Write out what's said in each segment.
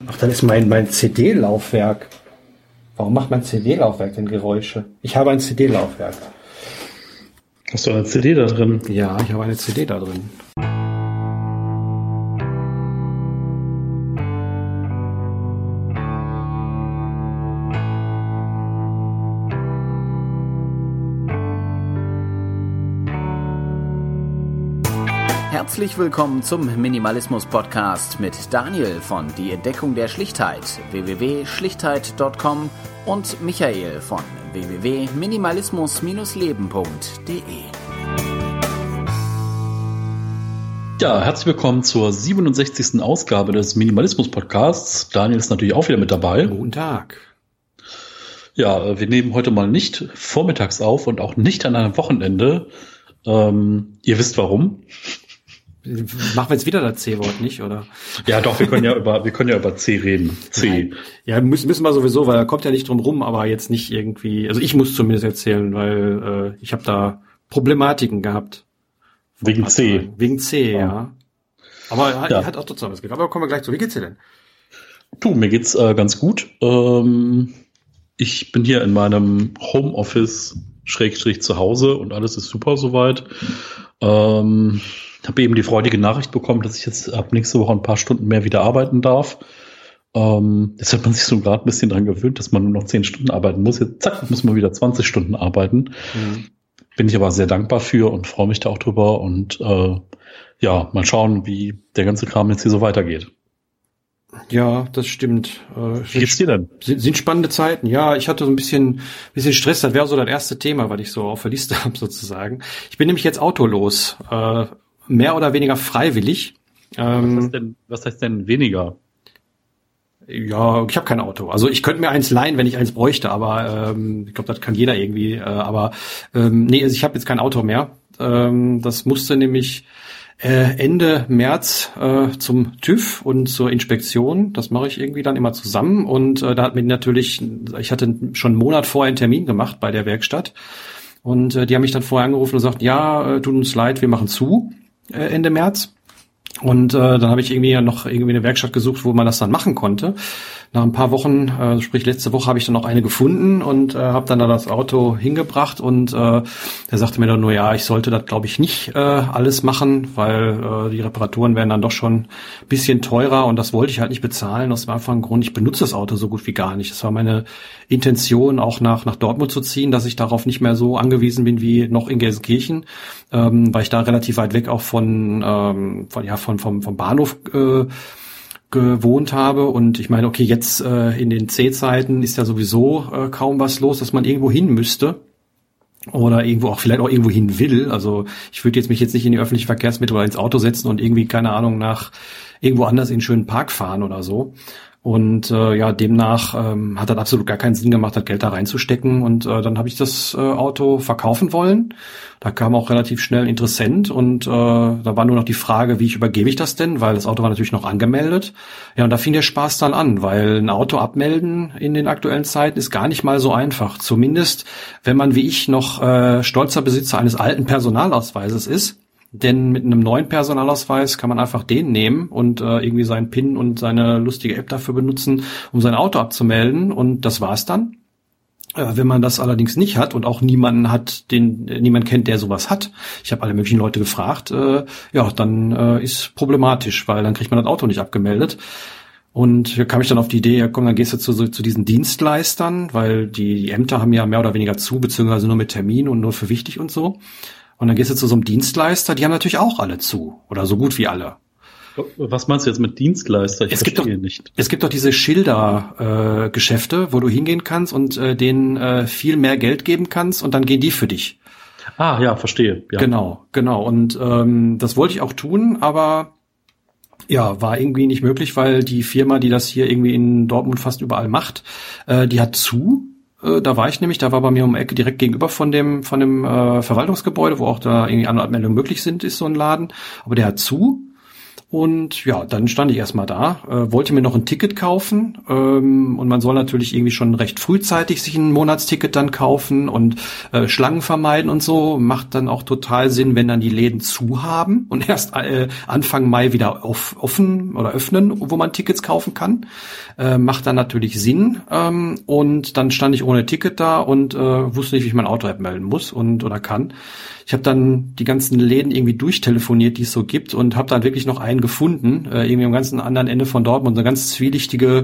Ach, dann ist mein CD-Laufwerk. Warum macht mein CD-Laufwerk denn Geräusche? Ich habe ein CD-Laufwerk. Hast du eine CD da drin? Ja, ich habe eine CD da drin. Herzlich willkommen zum Minimalismus-Podcast mit Daniel von Die Entdeckung der Schlichtheit, www.schlichtheit.com und Michael von www.minimalismus-leben.de. Ja, herzlich willkommen zur 67. Ausgabe des Minimalismus-Podcasts. Daniel ist natürlich auch wieder mit dabei. Guten Tag. Ja, wir nehmen heute mal nicht vormittags auf und auch nicht an einem Wochenende. Ihr wisst warum. Machen wir jetzt wieder das C-Wort, nicht, oder? Ja, doch, wir können ja über C reden. C. Nein. Ja, müssen wir sowieso, weil er kommt ja nicht drum rum, aber jetzt nicht irgendwie, also ich muss zumindest erzählen, weil ich habe da Problematiken gehabt. Wegen C. Wegen C, ja. Aber er hat auch trotzdem was gehabt. Aber kommen wir gleich zu. Wie geht's dir denn? Du, mir geht's ganz gut. Ich bin hier in meinem Homeoffice / zu Hause und alles ist super soweit. Ich habe eben die freudige Nachricht bekommen, dass ich jetzt ab nächste Woche ein paar Stunden mehr wieder arbeiten darf. Jetzt hat man sich so gerade ein bisschen dran gewöhnt, dass man nur noch 10 Stunden arbeiten muss. Jetzt zack, muss man wieder 20 Stunden arbeiten. Mhm. Bin ich aber sehr dankbar für und freue mich da auch drüber. Und ja, mal schauen, wie der ganze Kram jetzt hier so weitergeht. Ja, das stimmt. Wie geht's dir denn? Sind spannende Zeiten. Ja, ich hatte so ein bisschen Stress. Das wäre so das erste Thema, was ich so auf der Liste habe sozusagen. Ich bin nämlich jetzt autolos. Mehr oder weniger freiwillig. Was heißt denn weniger? Ja, ich habe kein Auto. Also ich könnte mir eins leihen, wenn ich eins bräuchte, aber ich glaube, das kann jeder irgendwie. Nee, also ich habe jetzt kein Auto mehr. Das musste nämlich Ende März zum TÜV und zur Inspektion. Das mache ich irgendwie dann immer zusammen. Und da hat mir natürlich, ich hatte schon einen Monat vorher einen Termin gemacht bei der Werkstatt. Und die haben mich dann vorher angerufen und gesagt, ja, tut uns leid, wir machen zu Ende März. Und dann habe ich irgendwie eine Werkstatt gesucht, wo man das dann machen konnte. Nach ein paar Wochen, sprich letzte Woche, habe ich dann noch eine gefunden und habe dann da das Auto hingebracht und der sagte mir dann nur, ja, ich sollte das, glaube ich, nicht alles machen, weil die Reparaturen wären dann doch schon ein bisschen teurer und das wollte ich halt nicht bezahlen. Aus dem einfachen Grund, ich benutze das Auto so gut wie gar nicht. Das war meine Intention, auch nach Dortmund zu ziehen, dass ich darauf nicht mehr so angewiesen bin wie noch in Gelsenkirchen, weil ich da relativ weit weg auch vom Bahnhof gewohnt habe. Und ich meine, okay, jetzt in den C-Zeiten ist ja sowieso kaum was los, dass man irgendwo hin müsste oder vielleicht auch irgendwo hin will. Also ich würde mich jetzt nicht in die öffentlichen Verkehrsmittel oder ins Auto setzen und irgendwie, keine Ahnung, nach irgendwo anders in einen schönen Park fahren oder so. Und demnach hat das absolut gar keinen Sinn gemacht, das Geld da reinzustecken. Und dann habe ich das Auto verkaufen wollen. Da kam auch relativ schnell ein Interessent und da war nur noch die Frage, wie übergebe ich das denn? Weil das Auto war natürlich noch angemeldet. Ja, und da fing der Spaß dann an, weil ein Auto abmelden in den aktuellen Zeiten ist gar nicht mal so einfach. Zumindest, wenn man wie ich noch stolzer Besitzer eines alten Personalausweises ist. Denn mit einem neuen Personalausweis kann man einfach den nehmen und irgendwie seinen PIN und seine lustige App dafür benutzen, um sein Auto abzumelden. Und das war's dann. Wenn man das allerdings nicht hat und auch niemand kennt, der sowas hat, ich habe alle möglichen Leute gefragt, dann ist problematisch, weil dann kriegt man das Auto nicht abgemeldet. Und hier kam ich dann auf die Idee, ja komm, dann gehst du zu diesen Dienstleistern, weil die Ämter haben ja mehr oder weniger zu, beziehungsweise nur mit Termin und nur für wichtig und so. Und dann gehst du zu so einem Dienstleister, die haben natürlich auch alle zu. Oder so gut wie alle. Was meinst du jetzt mit Dienstleister? Ich verstehe nicht. Es gibt doch diese Schilder-Geschäfte, wo du hingehen kannst und denen viel mehr Geld geben kannst und dann gehen die für dich. Ah, ja, verstehe. Ja. Genau. Und das wollte ich auch tun, aber ja, war irgendwie nicht möglich, weil die Firma, die das hier irgendwie in Dortmund fast überall macht, die hat zu. Da war ich nämlich, da war bei mir um die Ecke direkt gegenüber von dem Verwaltungsgebäude, wo auch da irgendwie Anmeldungen möglich sind, ist so ein Laden. Aber der hat zu. Und ja, dann stand ich erstmal da, wollte mir noch ein Ticket kaufen, und man soll natürlich irgendwie schon recht frühzeitig sich ein Monatsticket dann kaufen und Schlangen vermeiden und so. Macht dann auch total Sinn, wenn dann die Läden zu haben und erst Anfang Mai wieder offen oder öffnen, wo man Tickets kaufen kann. Macht dann natürlich Sinn, und dann stand ich ohne Ticket da und wusste nicht, wie ich mein Auto abmelden muss oder kann. Ich habe dann die ganzen Läden irgendwie durchtelefoniert, die es so gibt, und habe dann wirklich noch einen gefunden, irgendwie am ganzen anderen Ende von Dortmund, so ein ganz zwielichtiger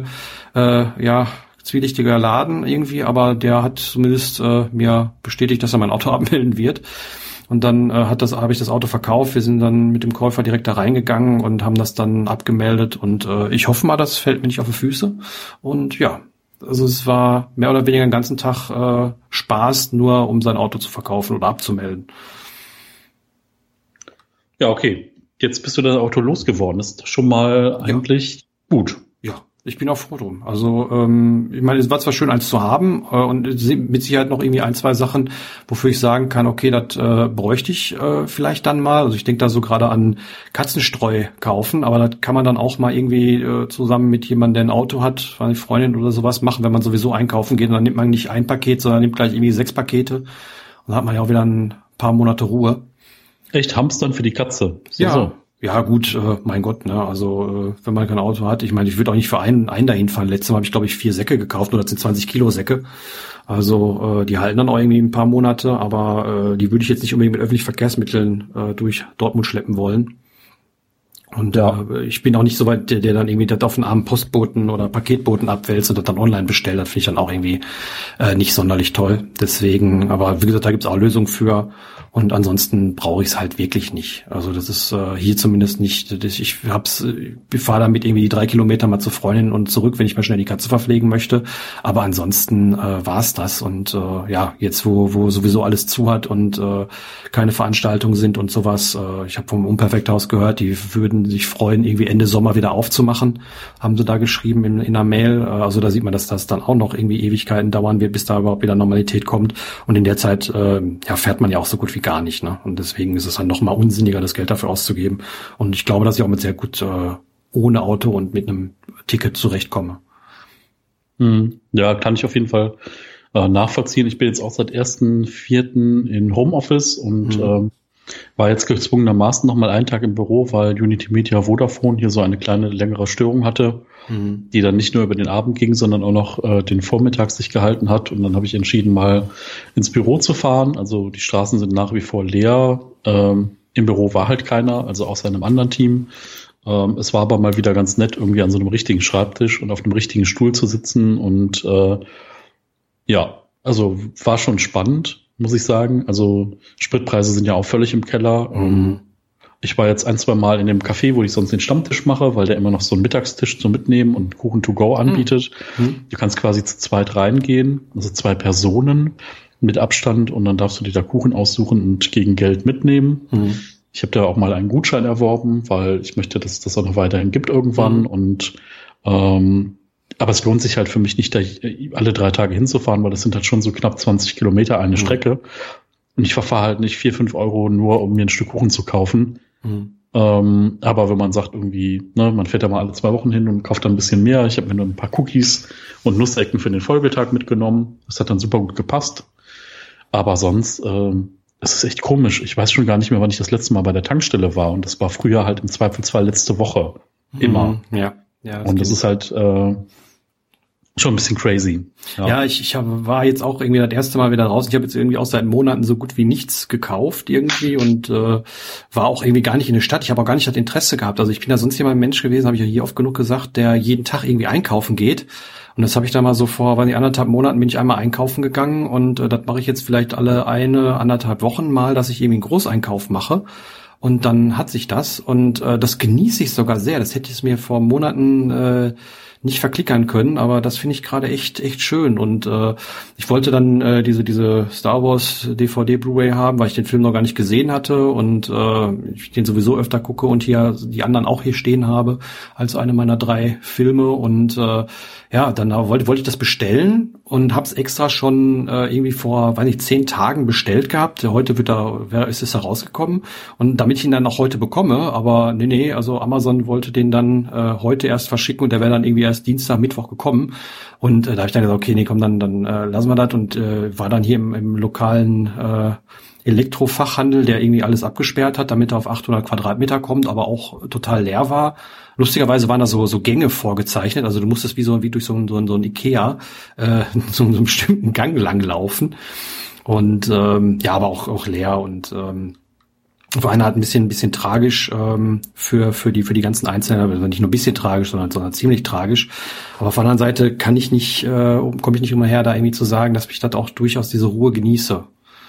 Laden irgendwie, aber der hat zumindest mir bestätigt, dass er mein Auto abmelden wird. Und dann habe ich das Auto verkauft. Wir sind dann mit dem Käufer direkt da reingegangen und haben das dann abgemeldet. Und ich hoffe mal, das fällt mir nicht auf die Füße. Und ja, also es war mehr oder weniger den ganzen Tag Spaß, nur um sein Auto zu verkaufen oder abzumelden. Ja, okay. Jetzt bist du das Auto losgeworden. Das ist schon mal eigentlich gut. Ja, ich bin auch froh drum. Also ich meine, es war zwar schön, eins zu haben, und mit Sicherheit noch irgendwie 1, 2 Sachen, wofür ich sagen kann, okay, das bräuchte ich vielleicht dann mal. Also ich denke da so gerade an Katzenstreu kaufen, aber das kann man dann auch mal irgendwie zusammen mit jemandem, der ein Auto hat, eine Freundin oder sowas machen, wenn man sowieso einkaufen geht. Und dann nimmt man nicht ein Paket, sondern nimmt gleich irgendwie 6 Pakete. Und dann hat man ja auch wieder ein paar Monate Ruhe. Echt Hamstern für die Katze? So. Ja, gut, mein Gott, ne, also wenn man kein Auto hat, ich meine, ich würde auch nicht für einen dahin fahren. Letztes Mal habe ich, glaube ich, 4 Säcke gekauft, oder das sind 20 Kilo Säcke. Also die halten dann auch irgendwie ein paar Monate, aber die würde ich jetzt nicht unbedingt mit öffentlichen Verkehrsmitteln durch Dortmund schleppen wollen. Und ich bin auch nicht so weit, der dann irgendwie das auf einen armen Postboten oder Paketboten abwälzt und das dann online bestellt. Das finde ich dann auch irgendwie nicht sonderlich toll. Deswegen, aber wie gesagt, da gibt's auch Lösungen für. Und ansonsten brauche ich es halt wirklich nicht. Also das ist hier zumindest nicht. Ich fahre damit irgendwie die 3 Kilometer mal zur Freundin und zurück, wenn ich mal schnell die Katze verpflegen möchte. Aber ansonsten war's das. Und jetzt, wo sowieso alles zu hat und keine Veranstaltungen sind und sowas. Ich habe vom Unperfekthaus gehört, die würden sich freuen, irgendwie Ende Sommer wieder aufzumachen. Haben sie da geschrieben in einer Mail. Also da sieht man, dass das dann auch noch irgendwie Ewigkeiten dauern wird, bis da überhaupt wieder Normalität kommt. Und in der Zeit fährt man ja auch so gut wie gar nicht, ne? Und deswegen ist es dann noch mal unsinniger, das Geld dafür auszugeben. Und ich glaube, dass ich auch mit sehr gut ohne Auto und mit einem Ticket zurechtkomme. Ja, kann ich auf jeden Fall nachvollziehen. Ich bin jetzt auch seit 1.4. in Homeoffice und war jetzt gezwungenermaßen noch mal einen Tag im Büro, weil Unity Media Vodafone hier so eine kleine, längere Störung hatte, die dann nicht nur über den Abend ging, sondern auch noch den Vormittag sich gehalten hat. Und dann habe ich entschieden, mal ins Büro zu fahren. Also die Straßen sind nach wie vor leer. Im Büro war halt keiner, also außer einem anderen Team. Es war aber mal wieder ganz nett, irgendwie an so einem richtigen Schreibtisch und auf einem richtigen Stuhl zu sitzen. Und also war schon spannend, muss ich sagen. Also Spritpreise sind ja auch völlig im Keller. Ich war jetzt 1, 2 Mal in dem Café, wo ich sonst den Stammtisch mache, weil der immer noch so einen Mittagstisch zum Mitnehmen und Kuchen to go anbietet. Du kannst quasi zu zweit reingehen, also 2 Personen mit Abstand, und dann darfst du dir da Kuchen aussuchen und gegen Geld mitnehmen. Ich habe da auch mal einen Gutschein erworben, weil ich möchte, dass es das auch noch weiterhin gibt irgendwann. Und aber es lohnt sich halt für mich nicht, da alle 3 Tage hinzufahren, weil das sind halt schon so knapp 20 Kilometer eine Strecke. Und ich verfahre halt nicht 4, 5 Euro nur, um mir ein Stück Kuchen zu kaufen. Aber wenn man sagt irgendwie, ne, man fährt da mal alle 2 Wochen hin und kauft dann ein bisschen mehr. Ich habe mir nur ein paar Cookies und Nussecken für den Folgetag mitgenommen. Das hat dann super gut gepasst. Aber sonst, es ist echt komisch. Ich weiß schon gar nicht mehr, wann ich das letzte Mal bei der Tankstelle war. Und das war früher halt im Zweifelsfall letzte Woche. Immer. Ja, und das ist halt schon ein bisschen crazy. Ja, ich war jetzt auch irgendwie das erste Mal wieder raus. Ich habe jetzt irgendwie auch seit Monaten so gut wie nichts gekauft irgendwie und war auch irgendwie gar nicht in der Stadt. Ich habe auch gar nicht das Interesse gehabt. Also ich bin ja sonst jemand Mensch gewesen, habe ich ja hier oft genug gesagt, der jeden Tag irgendwie einkaufen geht. Und das habe ich da mal so vor, 1,5 Monaten bin ich einmal einkaufen gegangen und das mache ich jetzt vielleicht alle 1,5 Wochen mal, dass ich irgendwie einen Großeinkauf mache. Und dann hat sich das und das genieße ich sogar sehr. Das hätte ich mir vor Monaten nicht verklickern können, aber das finde ich gerade echt schön. Und ich wollte dann diese Star Wars DVD Blu-ray haben, weil ich den Film noch gar nicht gesehen hatte und ich den sowieso öfter gucke und hier die anderen auch hier stehen habe als eine meiner 3 Filme. Und dann wollte ich das bestellen und hab's extra schon irgendwie vor, 10 Tagen bestellt gehabt. Heute ist es da rausgekommen und damit ich ihn dann auch heute bekomme, aber nee, also Amazon wollte den dann heute erst verschicken und der wäre dann irgendwie erst Dienstag, Mittwoch gekommen und da habe ich dann gesagt, okay, nee, komm, dann lassen wir das und war dann hier im lokalen Elektrofachhandel, der irgendwie alles abgesperrt hat, damit er auf 800 Quadratmeter kommt, aber auch total leer war. Lustigerweise waren da so Gänge vorgezeichnet, also du musstest wie durch so ein Ikea so einen bestimmten Gang lang laufen und aber auch leer und war einer halt ein bisschen tragisch für die ganzen Einzelnen, also nicht nur ein bisschen tragisch, sondern ziemlich tragisch. Aber auf der anderen Seite komme ich nicht umher, da irgendwie zu sagen, dass ich das auch durchaus diese Ruhe genieße.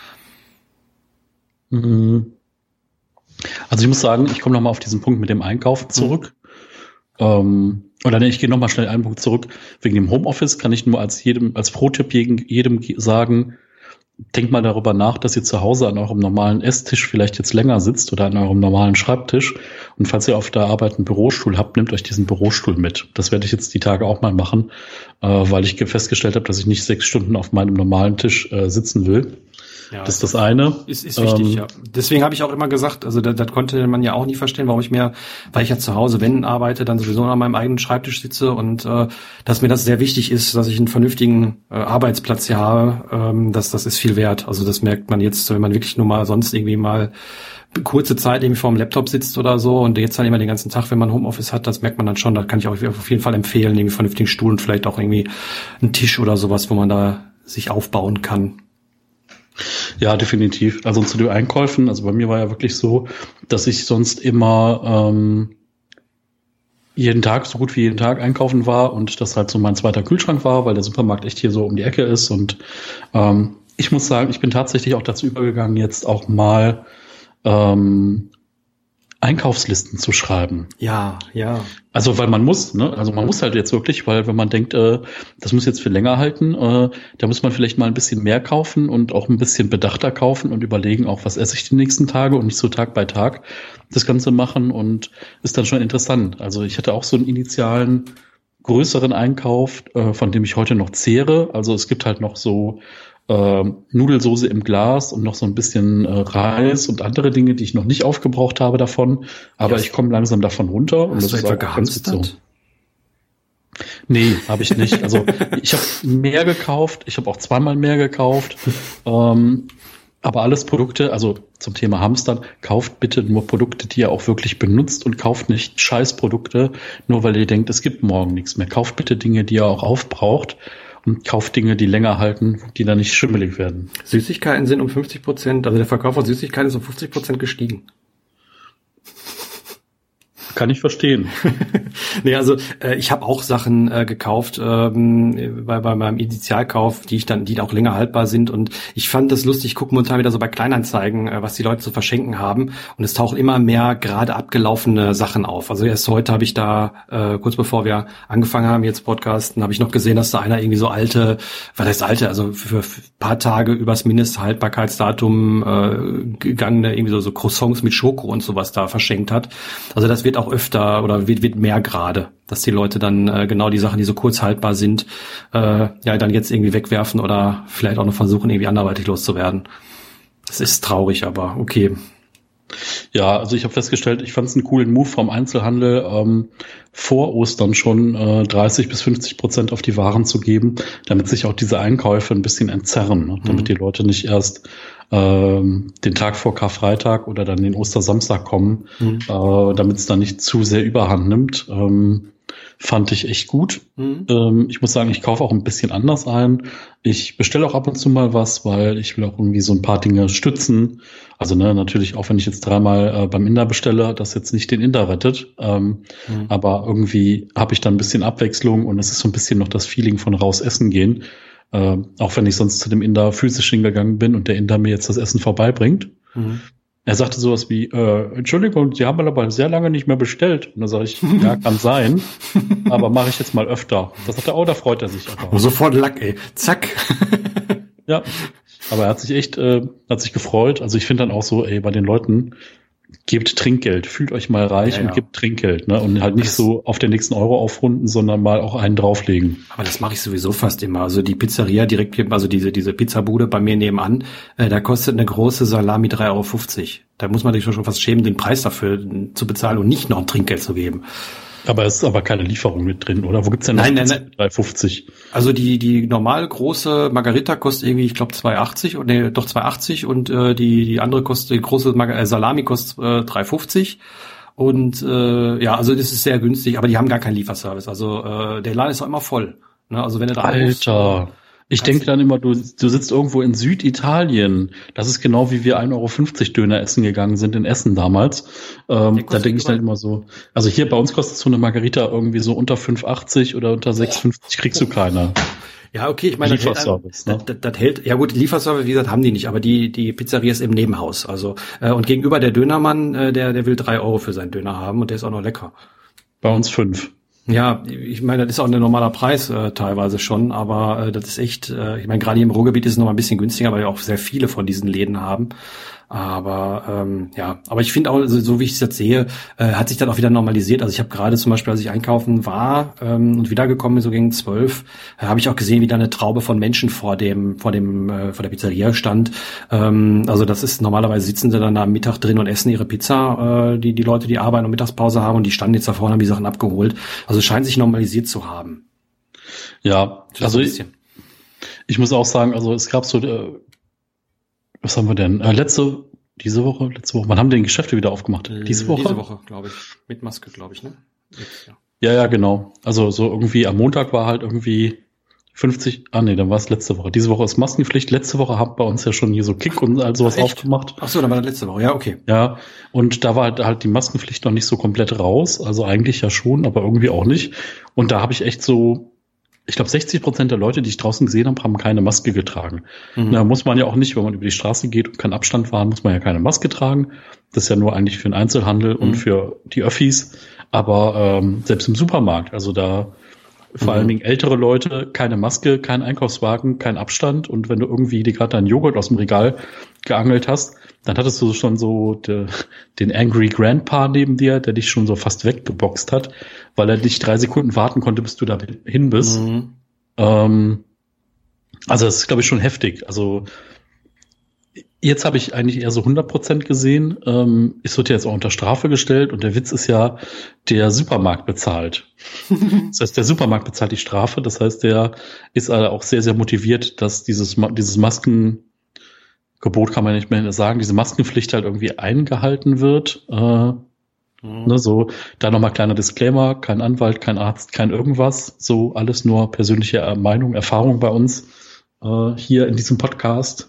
Also ich muss sagen, ich komme nochmal auf diesen Punkt mit dem Einkaufen zurück. Ich gehe nochmal schnell einen Punkt zurück. Wegen dem Homeoffice kann ich nur als Pro-Tipp jedem sagen, denkt mal darüber nach, dass ihr zu Hause an eurem normalen Esstisch vielleicht jetzt länger sitzt oder an eurem normalen Schreibtisch. Und falls ihr auf der Arbeit einen Bürostuhl habt, nehmt euch diesen Bürostuhl mit. Das werde ich jetzt die Tage auch mal machen, weil ich festgestellt habe, dass ich nicht 6 Stunden auf meinem normalen Tisch sitzen will. Ja, das ist das eine. Ist wichtig, ja. Deswegen habe ich auch immer gesagt, also das konnte man ja auch nie verstehen, weil ich ja zu Hause, wenn arbeite, dann sowieso an meinem eigenen Schreibtisch sitze und dass mir das sehr wichtig ist, dass ich einen vernünftigen Arbeitsplatz hier habe, das ist viel wert. Also das merkt man jetzt, wenn man wirklich nur mal sonst irgendwie mal kurze Zeit irgendwie vor dem Laptop sitzt oder so und jetzt dann immer den ganzen Tag, wenn man Homeoffice hat, das merkt man dann schon, da kann ich auch auf jeden Fall empfehlen, irgendwie vernünftigen Stuhl und vielleicht auch irgendwie einen Tisch oder sowas, wo man da sich aufbauen kann. Ja, definitiv. Also zu den Einkäufen, also bei mir war ja wirklich so, dass ich sonst immer so gut wie jeden Tag einkaufen war und das halt so mein zweiter Kühlschrank war, weil der Supermarkt echt hier so um die Ecke ist und ich muss sagen, ich bin tatsächlich auch dazu übergegangen, jetzt auch mal Einkaufslisten zu schreiben. Ja. Also weil man muss, ne? Also man muss halt jetzt wirklich, weil wenn man denkt, das muss jetzt viel länger halten, da muss man vielleicht mal ein bisschen mehr kaufen und auch ein bisschen bedachter kaufen und überlegen auch, was esse ich die nächsten Tage und nicht so Tag bei Tag das Ganze machen und ist dann schon interessant. Also ich hatte auch so einen initialen größeren Einkauf, von dem ich heute noch zehre. Also es gibt halt noch so Nudelsoße im Glas und noch so ein bisschen Reis und andere Dinge, die ich noch nicht aufgebraucht habe davon. Aber ich komme langsam davon runter. Und hast das du ist etwa auch ganz gut so. gehamstert? Nee, habe ich nicht. Also ich habe mehr gekauft. Ich habe auch zweimal mehr gekauft. Aber alles Produkte, also zum Thema Hamstern, kauft bitte nur Produkte, die ihr auch wirklich benutzt und kauft nicht Scheißprodukte, nur weil ihr denkt, es gibt morgen nichts mehr. Kauft bitte Dinge, die ihr auch aufbraucht. Und kauft Dinge, die länger halten, die dann nicht schimmelig werden. Süßigkeiten sind um 50%, also der Verkauf von Süßigkeiten ist um 50% gestiegen. Kann ich verstehen. Nee, also ich habe auch Sachen gekauft bei meinem Initialkauf, die auch länger haltbar sind und ich fand das lustig, ich gucke momentan wieder so bei Kleinanzeigen, was die Leute zu verschenken haben und es tauchen immer mehr gerade abgelaufene Sachen auf. Also erst heute habe ich da, kurz bevor wir angefangen haben jetzt Podcasten, habe ich noch gesehen, dass da einer irgendwie so alte, was heißt alte, also für ein paar Tage übers Mindesthaltbarkeitsdatum gegangene irgendwie so Croissants mit Schoko und sowas da verschenkt hat. Also das wird auch öfter oder wird mehr gerade, dass die Leute dann genau die Sachen, die so kurz haltbar sind, dann jetzt irgendwie wegwerfen oder vielleicht auch noch versuchen, irgendwie anderweitig loszuwerden. Das ist traurig, aber okay. Ja, also ich habe festgestellt, ich fand es einen coolen Move vom Einzelhandel, vor Ostern schon 30-50% auf die Waren zu geben, damit sich auch diese Einkäufe ein bisschen entzerren, ne? Damit die Leute nicht erst den Tag vor Karfreitag oder dann den Ostersamstag kommen, damit es dann nicht zu sehr Überhand nimmt. Fand ich echt gut. Ich muss sagen, ich kaufe auch ein bisschen anders ein. Ich bestelle auch ab und zu mal was, weil ich will auch irgendwie so ein paar Dinge stützen. Also natürlich auch, wenn ich jetzt 3-mal beim Inder bestelle, das jetzt nicht den Inder rettet. Aber irgendwie habe ich dann ein bisschen Abwechslung und es ist so ein bisschen noch das Feeling von raus essen gehen. Auch wenn ich sonst zu dem Inder physisch hingegangen bin und der Inder mir jetzt das Essen vorbeibringt. Er sagte sowas wie, Entschuldigung, Sie haben aber sehr lange nicht mehr bestellt. Und dann sage ich, ja, kann sein, aber mache ich jetzt mal öfter. Das sagt er, da freut er sich aber. Sofort Lack, ey. Zack. Ja, aber er hat sich echt, hat sich gefreut. Also ich finde dann auch so, bei den Leuten, gebt Trinkgeld, fühlt euch mal reich und gebt Trinkgeld, ne? Und halt nicht so auf den nächsten Euro aufrunden, sondern mal auch einen drauflegen. Aber das mache ich sowieso fast immer. Also die Pizzeria direkt, also diese Pizzabude bei mir nebenan, da kostet eine große Salami 3,50 €. Da muss man sich schon fast schämen, den Preis dafür zu bezahlen und nicht noch ein Trinkgeld zu geben. Aber es ist aber keine Lieferung mit drin, oder? Wo gibt's denn das? Nein. 3,50. Also die normal große Margarita kostet irgendwie, ich glaube 2,80 und 2,80 und die andere kostet, die große Salami kostet 3,50 und also das ist sehr günstig, aber die haben gar keinen Lieferservice. Also der Laden ist auch immer voll. Ne? Also wenn du da Alter. Ich denke dann immer, du sitzt irgendwo in Süditalien. Das ist genau wie wir 1,50 € Döner essen gegangen sind in Essen damals. Da denke ich dann immer so, also hier bei uns kostet so eine Margarita irgendwie so unter 5,80 oder unter 6,50 kriegst du keine. Ja, okay, ich meine, Lieferservice, das hält, ja gut, Lieferservice, wie gesagt, haben die nicht, aber die Pizzeria ist im Nebenhaus. Also, und gegenüber der Dönermann, der will 3 € für seinen Döner haben und der ist auch noch lecker. Bei uns 5. Ja, ich meine, das ist auch ein normaler Preis teilweise schon, aber das ist echt, ich meine, gerade hier im Ruhrgebiet ist es noch mal ein bisschen günstiger, weil wir auch sehr viele von diesen Läden haben. Aber aber ich finde auch, so wie ich es jetzt sehe, hat sich dann auch wieder normalisiert. Also ich habe gerade zum Beispiel, als ich einkaufen war und wiedergekommen bin, so gegen 12, habe ich auch gesehen, wie da eine Traube von Menschen vor der Pizzeria stand. Also das ist, normalerweise sitzen sie dann am Mittag drin und essen ihre Pizza, die Leute, die arbeiten und Mittagspause haben, und die standen jetzt da vorne, haben die Sachen abgeholt. Also es scheint sich normalisiert zu haben. Ja, also ich muss auch sagen, also es gab so was haben wir denn? Diese Woche? Wann haben denn die Geschäfte wieder aufgemacht? Diese Woche? Diese Woche, glaube ich. Mit Maske, glaube ich, ne? Jetzt, ja, genau. Also so irgendwie am Montag war halt irgendwie 50, dann war es letzte Woche. Diese Woche ist Maskenpflicht. Letzte Woche haben bei uns ja schon hier so Kick und all sowas aufgemacht. Ach so, dann war das letzte Woche, ja, okay. Ja, und da war halt die Maskenpflicht noch nicht so komplett raus. Also eigentlich ja schon, aber irgendwie auch nicht. Und da habe ich echt so, ich glaube 60% der Leute, die ich draußen gesehen habe, haben keine Maske getragen. Da muss man ja auch nicht, wenn man über die Straße geht und keinen Abstand wahren, muss man ja keine Maske tragen. Das ist ja nur eigentlich für den Einzelhandel und für die Öffis. Aber selbst im Supermarkt, also da vor allen Dingen ältere Leute, keine Maske, kein Einkaufswagen, kein Abstand. Und wenn du irgendwie dir gerade deinen Joghurt aus dem Regal geangelt hast, dann hattest du schon so den Angry Grandpa neben dir, der dich schon so fast weggeboxt hat, weil er nicht 3 Sekunden warten konnte, bis du da hin bist. Also das ist, glaube ich, schon heftig. Also jetzt habe ich eigentlich eher so 100% gesehen. Es wird ja jetzt auch unter Strafe gestellt und der Witz ist ja, der Supermarkt bezahlt. Das heißt, der Supermarkt bezahlt die Strafe. Das heißt, der ist auch sehr, sehr motiviert, dass dieses Maskengebot, kann man nicht mehr sagen, diese Maskenpflicht halt irgendwie eingehalten wird. So, da nochmal kleiner Disclaimer, kein Anwalt, kein Arzt, kein irgendwas. So alles nur persönliche Meinung, Erfahrung bei uns hier in diesem Podcast.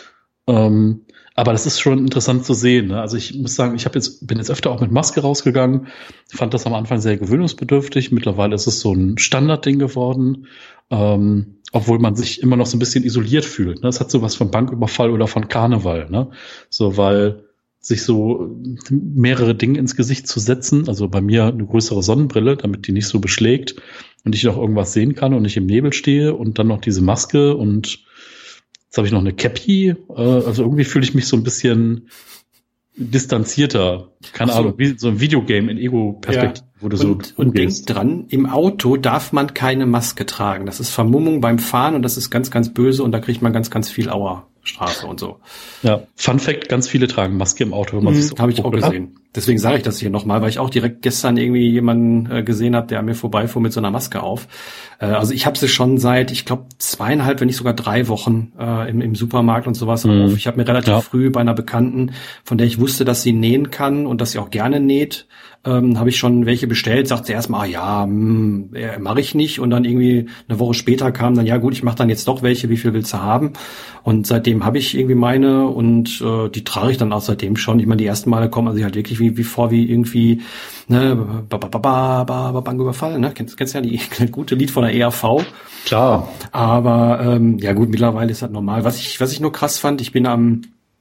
Aber das ist schon interessant zu sehen. Ne? Also ich muss sagen, bin jetzt öfter auch mit Maske rausgegangen, fand das am Anfang sehr gewöhnungsbedürftig. Mittlerweile ist es so ein Standardding geworden, obwohl man sich immer noch so ein bisschen isoliert fühlt. Ne? Es hat sowas von Banküberfall oder von Karneval. Ne? So, weil sich so mehrere Dinge ins Gesicht zu setzen, also bei mir eine größere Sonnenbrille, damit die nicht so beschlägt und ich noch irgendwas sehen kann und nicht im Nebel stehe, und dann noch diese Maske und jetzt habe ich noch eine Cappy, also irgendwie fühle ich mich so ein bisschen distanzierter. Keine Ahnung, wie so ein Videogame in Ego-Perspektive, wo du und denkt dran, im Auto darf man keine Maske tragen. Das ist Vermummung beim Fahren und das ist ganz, ganz böse und da kriegt man ganz, ganz viel Auerstrafe und so. Ja, Fun Fact, ganz viele tragen Maske im Auto. Habe ich auch gesehen. Deswegen sage ich das hier nochmal, weil ich auch direkt gestern irgendwie jemanden gesehen habe, der an mir vorbeifuhr mit so einer Maske auf. Also ich habe sie schon seit, ich glaube, 2,5, wenn nicht sogar 3 Wochen im Supermarkt und sowas auf. Ich habe mir relativ früh bei einer Bekannten, von der ich wusste, dass sie nähen kann und dass sie auch gerne näht, habe ich schon welche bestellt. Sagt sie erstmal, mache ich nicht. Und dann irgendwie eine Woche später kam dann, ja gut, ich mache dann jetzt doch welche, wie viel willst du haben? Und seitdem habe ich irgendwie meine und die trage ich dann auch seitdem schon. Ich meine, die ersten Male kommen also halt wirklich wie irgendwie, ne, Banküberfall, ne? Kennst ja die gute Lied von der ERV. Klar. Aber ja gut, mittlerweile ist das normal. Was ich nur krass fand, ich bin am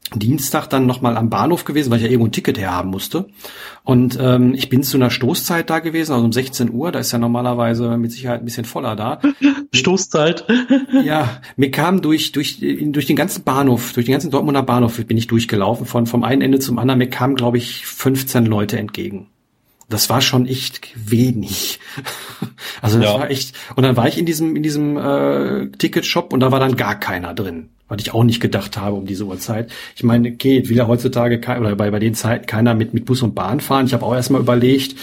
Dienstag dann nochmal am Bahnhof gewesen, weil ich ja irgendwo ein Ticket herhaben musste. Und ich bin zu einer Stoßzeit da gewesen, also um 16 Uhr, da ist ja normalerweise mit Sicherheit ein bisschen voller da. Stoßzeit? Ja, mir kam durch den ganzen Bahnhof, durch den ganzen Dortmunder Bahnhof bin ich durchgelaufen, vom einen Ende zum anderen, mir kamen, glaube ich, 15 Leute entgegen. Das war schon echt wenig. Also das war echt, und dann war ich in diesem Ticketshop und da war dann gar keiner drin. Was ich auch nicht gedacht habe um diese Uhrzeit. Ich meine, okay, will ja heutzutage oder bei den Zeiten keiner mit Bus und Bahn fahren. Ich habe auch erstmal überlegt,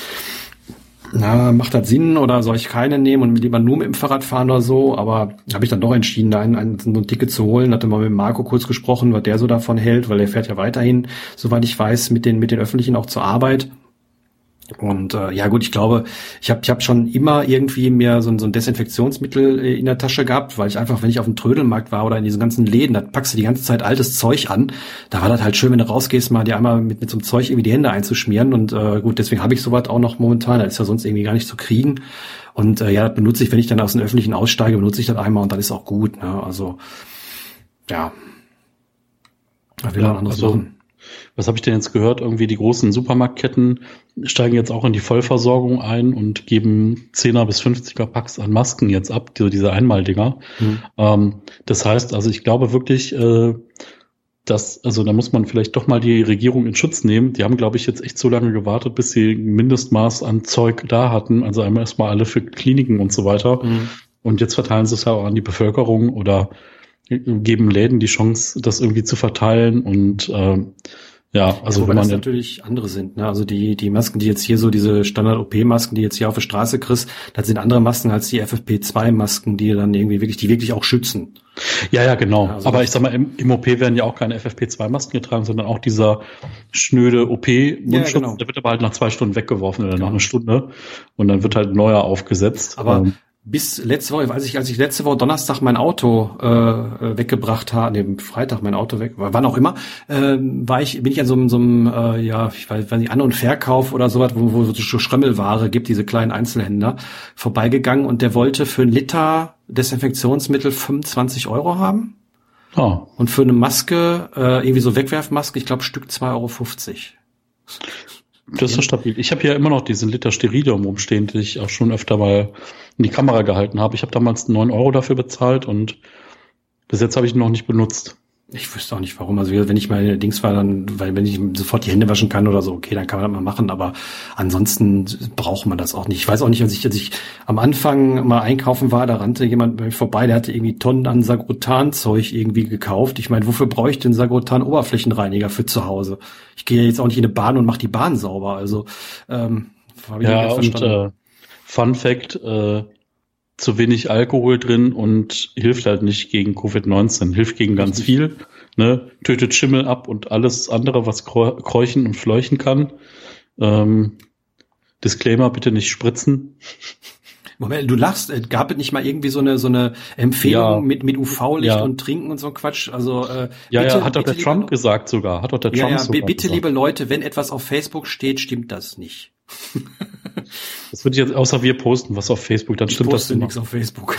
macht das Sinn oder soll ich keine nehmen und lieber nur mit dem Fahrrad fahren oder so? Aber habe ich dann doch entschieden, da so ein Ticket zu holen. Hatte mal mit Marco kurz gesprochen, was der so davon hält, weil der fährt ja weiterhin, soweit ich weiß, mit den Öffentlichen auch zur Arbeit. Und ja gut, ich glaube, ich hab schon immer irgendwie mir so ein Desinfektionsmittel in der Tasche gehabt, weil ich einfach, wenn ich auf dem Trödelmarkt war oder in diesen ganzen Läden, da packst du die ganze Zeit altes Zeug an. Da war das halt schön, wenn du rausgehst, mal dir einmal mit so einem Zeug irgendwie die Hände einzuschmieren. Und gut, deswegen habe ich sowas auch noch momentan. Das ist ja sonst irgendwie gar nicht zu kriegen. Und ja, das benutze ich, wenn ich dann aus dem Öffentlichen aussteige, benutze ich das einmal und dann ist auch gut. Ne? Also ja, da will man anderes machen. Was habe ich denn jetzt gehört? Irgendwie die großen Supermarktketten steigen jetzt auch in die Vollversorgung ein und geben 10er bis 50er Packs an Masken jetzt ab, diese Einmaldinger. Das heißt, also ich glaube wirklich, da muss man vielleicht doch mal die Regierung in Schutz nehmen. Die haben, glaube ich, jetzt echt so lange gewartet, bis sie ein Mindestmaß an Zeug da hatten. Also einmal erstmal alle für Kliniken und so weiter. Und jetzt verteilen sie es ja auch an die Bevölkerung oder geben Läden die Chance, das irgendwie zu verteilen und also ja, wenn man das natürlich andere sind, ne? Also die Masken, die jetzt hier so diese Standard-OP-Masken, die jetzt hier auf der Straße kriegst, das sind andere Masken als die FFP2-Masken, die dann irgendwie wirklich auch schützen. Ja, genau. Also aber ich sag mal, im OP werden ja auch keine FFP2-Masken getragen, sondern auch dieser schnöde OP-Mundschutz. Ja, genau. Der wird aber halt nach 2 Stunden weggeworfen oder nach einer Stunde und dann wird halt ein neuer aufgesetzt. Aber bis letzte Woche, als ich letzte Woche Donnerstag mein Auto weggebracht habe, Freitag mein Auto weg, wann auch immer, bin ich an so einem ich weiß nicht, An- und Verkauf oder sowas, wo es so Schrömmelware gibt, diese kleinen Einzelhändler, vorbeigegangen und der wollte für 1 Liter Desinfektionsmittel 25 € haben. Oh. Und für eine Maske, irgendwie so Wegwerfmaske, ich glaube Stück 2,50 €. Das ist ja stabil. Ich habe ja immer noch diesen Liter Sterilium rumstehen, den ich auch schon öfter mal in die Kamera gehalten habe. Ich habe damals 9 € dafür bezahlt und bis jetzt habe ich ihn noch nicht benutzt. Ich wüsste auch nicht warum. Also wenn ich mal Dings war, weil wenn ich sofort die Hände waschen kann oder so, okay, dann kann man das mal machen. Aber ansonsten braucht man das auch nicht. Ich weiß auch nicht, als ich am Anfang mal einkaufen war, da rannte jemand bei mir vorbei, der hatte irgendwie Tonnen an Sagrotan-Zeug irgendwie gekauft. Ich meine, wofür brauche ich denn Sagrotan-Oberflächenreiniger für zu Hause? Ich gehe ja jetzt auch nicht in eine Bahn und mache die Bahn sauber. Also habe ich ja, und Fun Fact, zu wenig Alkohol drin und hilft halt nicht gegen Covid-19. Hilft gegen ganz viel, ne? Tötet Schimmel ab und alles andere, was kräuchen und fleuchen kann. Disclaimer, bitte nicht spritzen. Moment, du lachst, gab es nicht mal irgendwie so eine Empfehlung mit UV-Licht und Trinken und so Quatsch? Also bitte, hat doch der Trump gesagt sogar. Bitte, liebe Leute, wenn etwas auf Facebook steht, stimmt das nicht. Das würde ich jetzt, außer wir posten was auf Facebook, dann stimmt das. Ich poste nichts auf Facebook.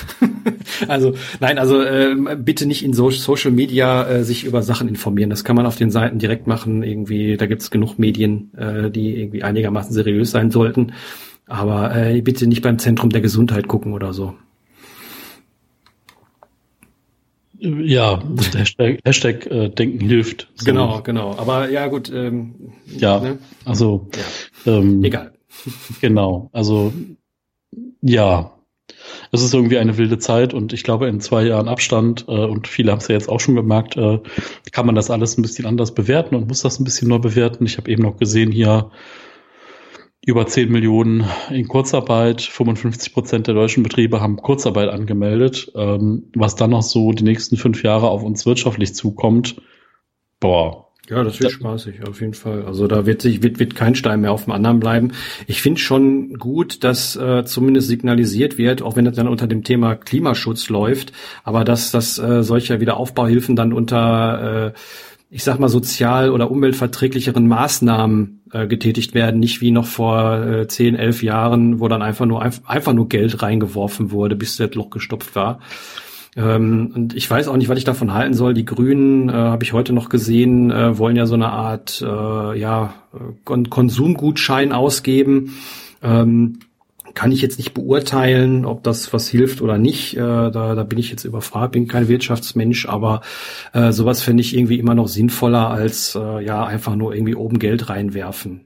Bitte nicht in Social Media sich über Sachen informieren. Das kann man auf den Seiten direkt machen. Irgendwie, da gibt's genug Medien, die irgendwie einigermaßen seriös sein sollten. Aber bitte nicht beim Zentrum der Gesundheit gucken oder so. Ja, Hashtag Denken hilft. So. Genau. Aber ja, gut. Ne? Also egal. Genau, also ja, es ist irgendwie eine wilde Zeit und ich glaube in 2 Jahren Abstand, und viele haben es ja jetzt auch schon gemerkt, kann man das alles ein bisschen anders bewerten und muss das ein bisschen neu bewerten. Ich habe eben noch gesehen hier, über 10 Millionen in Kurzarbeit, 55% der deutschen Betriebe haben Kurzarbeit angemeldet. Was dann noch so die nächsten 5 Jahre auf uns wirtschaftlich zukommt, Ja, das wird spaßig, auf jeden Fall. Also da wird kein Stein mehr auf dem anderen bleiben. Ich finde schon gut, dass zumindest signalisiert wird, auch wenn das dann unter dem Thema Klimaschutz läuft, aber dass solche Wiederaufbauhilfen dann unter ich sag mal, sozial- oder umweltverträglicheren Maßnahmen getätigt werden, nicht wie noch vor 10, 11 Jahren, wo dann einfach nur Geld reingeworfen wurde, bis das Loch gestopft war. Und ich weiß auch nicht, was ich davon halten soll. Die Grünen, habe ich heute noch gesehen, wollen ja so eine Art Konsumgutschein ausgeben. Kann ich jetzt nicht beurteilen, ob das was hilft oder nicht. Da bin ich jetzt überfragt, bin kein Wirtschaftsmensch, aber sowas fände ich irgendwie immer noch sinnvoller als einfach nur irgendwie oben Geld reinwerfen.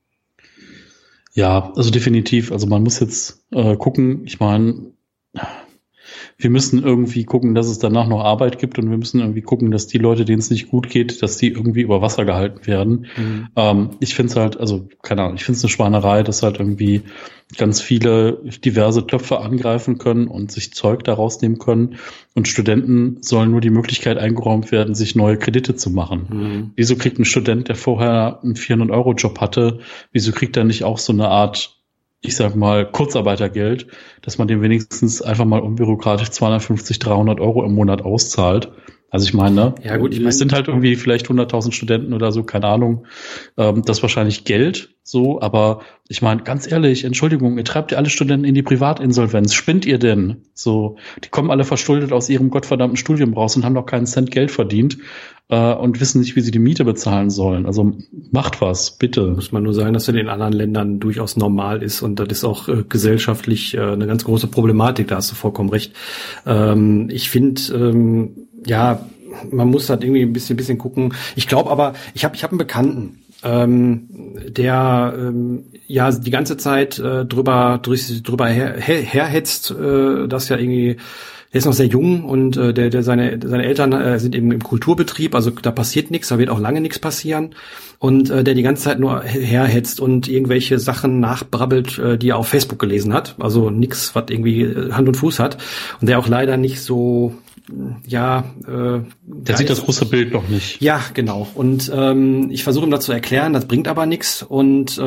Ja, also definitiv. Also man muss jetzt gucken. Ich meine, wir müssen irgendwie gucken, dass es danach noch Arbeit gibt und wir müssen irgendwie gucken, dass die Leute, denen es nicht gut geht, dass die irgendwie über Wasser gehalten werden. Ich finde es halt, also keine Ahnung, ich finde es eine Schweinerei, dass halt irgendwie ganz viele diverse Töpfe angreifen können und sich Zeug daraus nehmen können und Studenten sollen nur die Möglichkeit eingeräumt werden, sich neue Kredite zu machen. Wieso kriegt ein Student, der vorher einen 400-Euro-Job hatte, wieso kriegt er nicht auch so eine Art, ich sag mal, Kurzarbeitergeld, dass man dem wenigstens einfach mal unbürokratisch 250, 300 Euro im Monat auszahlt. Also ich meine, ja gut, es sind halt irgendwie vielleicht 100.000 Studenten oder so, keine Ahnung. Das ist wahrscheinlich Geld, so, aber ich meine, ganz ehrlich, Entschuldigung, ihr treibt ja alle Studenten in die Privatinsolvenz. Spinnt ihr denn? So, die kommen alle verschuldet aus ihrem gottverdammten Studium raus und haben noch keinen Cent Geld verdient und wissen nicht, wie sie die Miete bezahlen sollen. Also macht was, bitte. Muss man nur sagen, dass in den anderen Ländern durchaus normal ist und das ist auch gesellschaftlich eine ganz große Problematik, da hast du vollkommen recht. Ich finde, man muss halt irgendwie ein bisschen gucken. Ich glaube aber, ich hab einen Bekannten, der die ganze Zeit drüber herhetzt, dass ja irgendwie, der ist noch sehr jung und seine Eltern sind eben im Kulturbetrieb, also da passiert nichts, da wird auch lange nichts passieren und der die ganze Zeit nur herhetzt und irgendwelche Sachen nachbrabbelt, die er auf Facebook gelesen hat, also nichts, was irgendwie Hand und Fuß hat und der auch leider nicht so der sieht das große Bild noch nicht. Ja, genau. Und ich versuche ihm das zu erklären, das bringt aber nichts und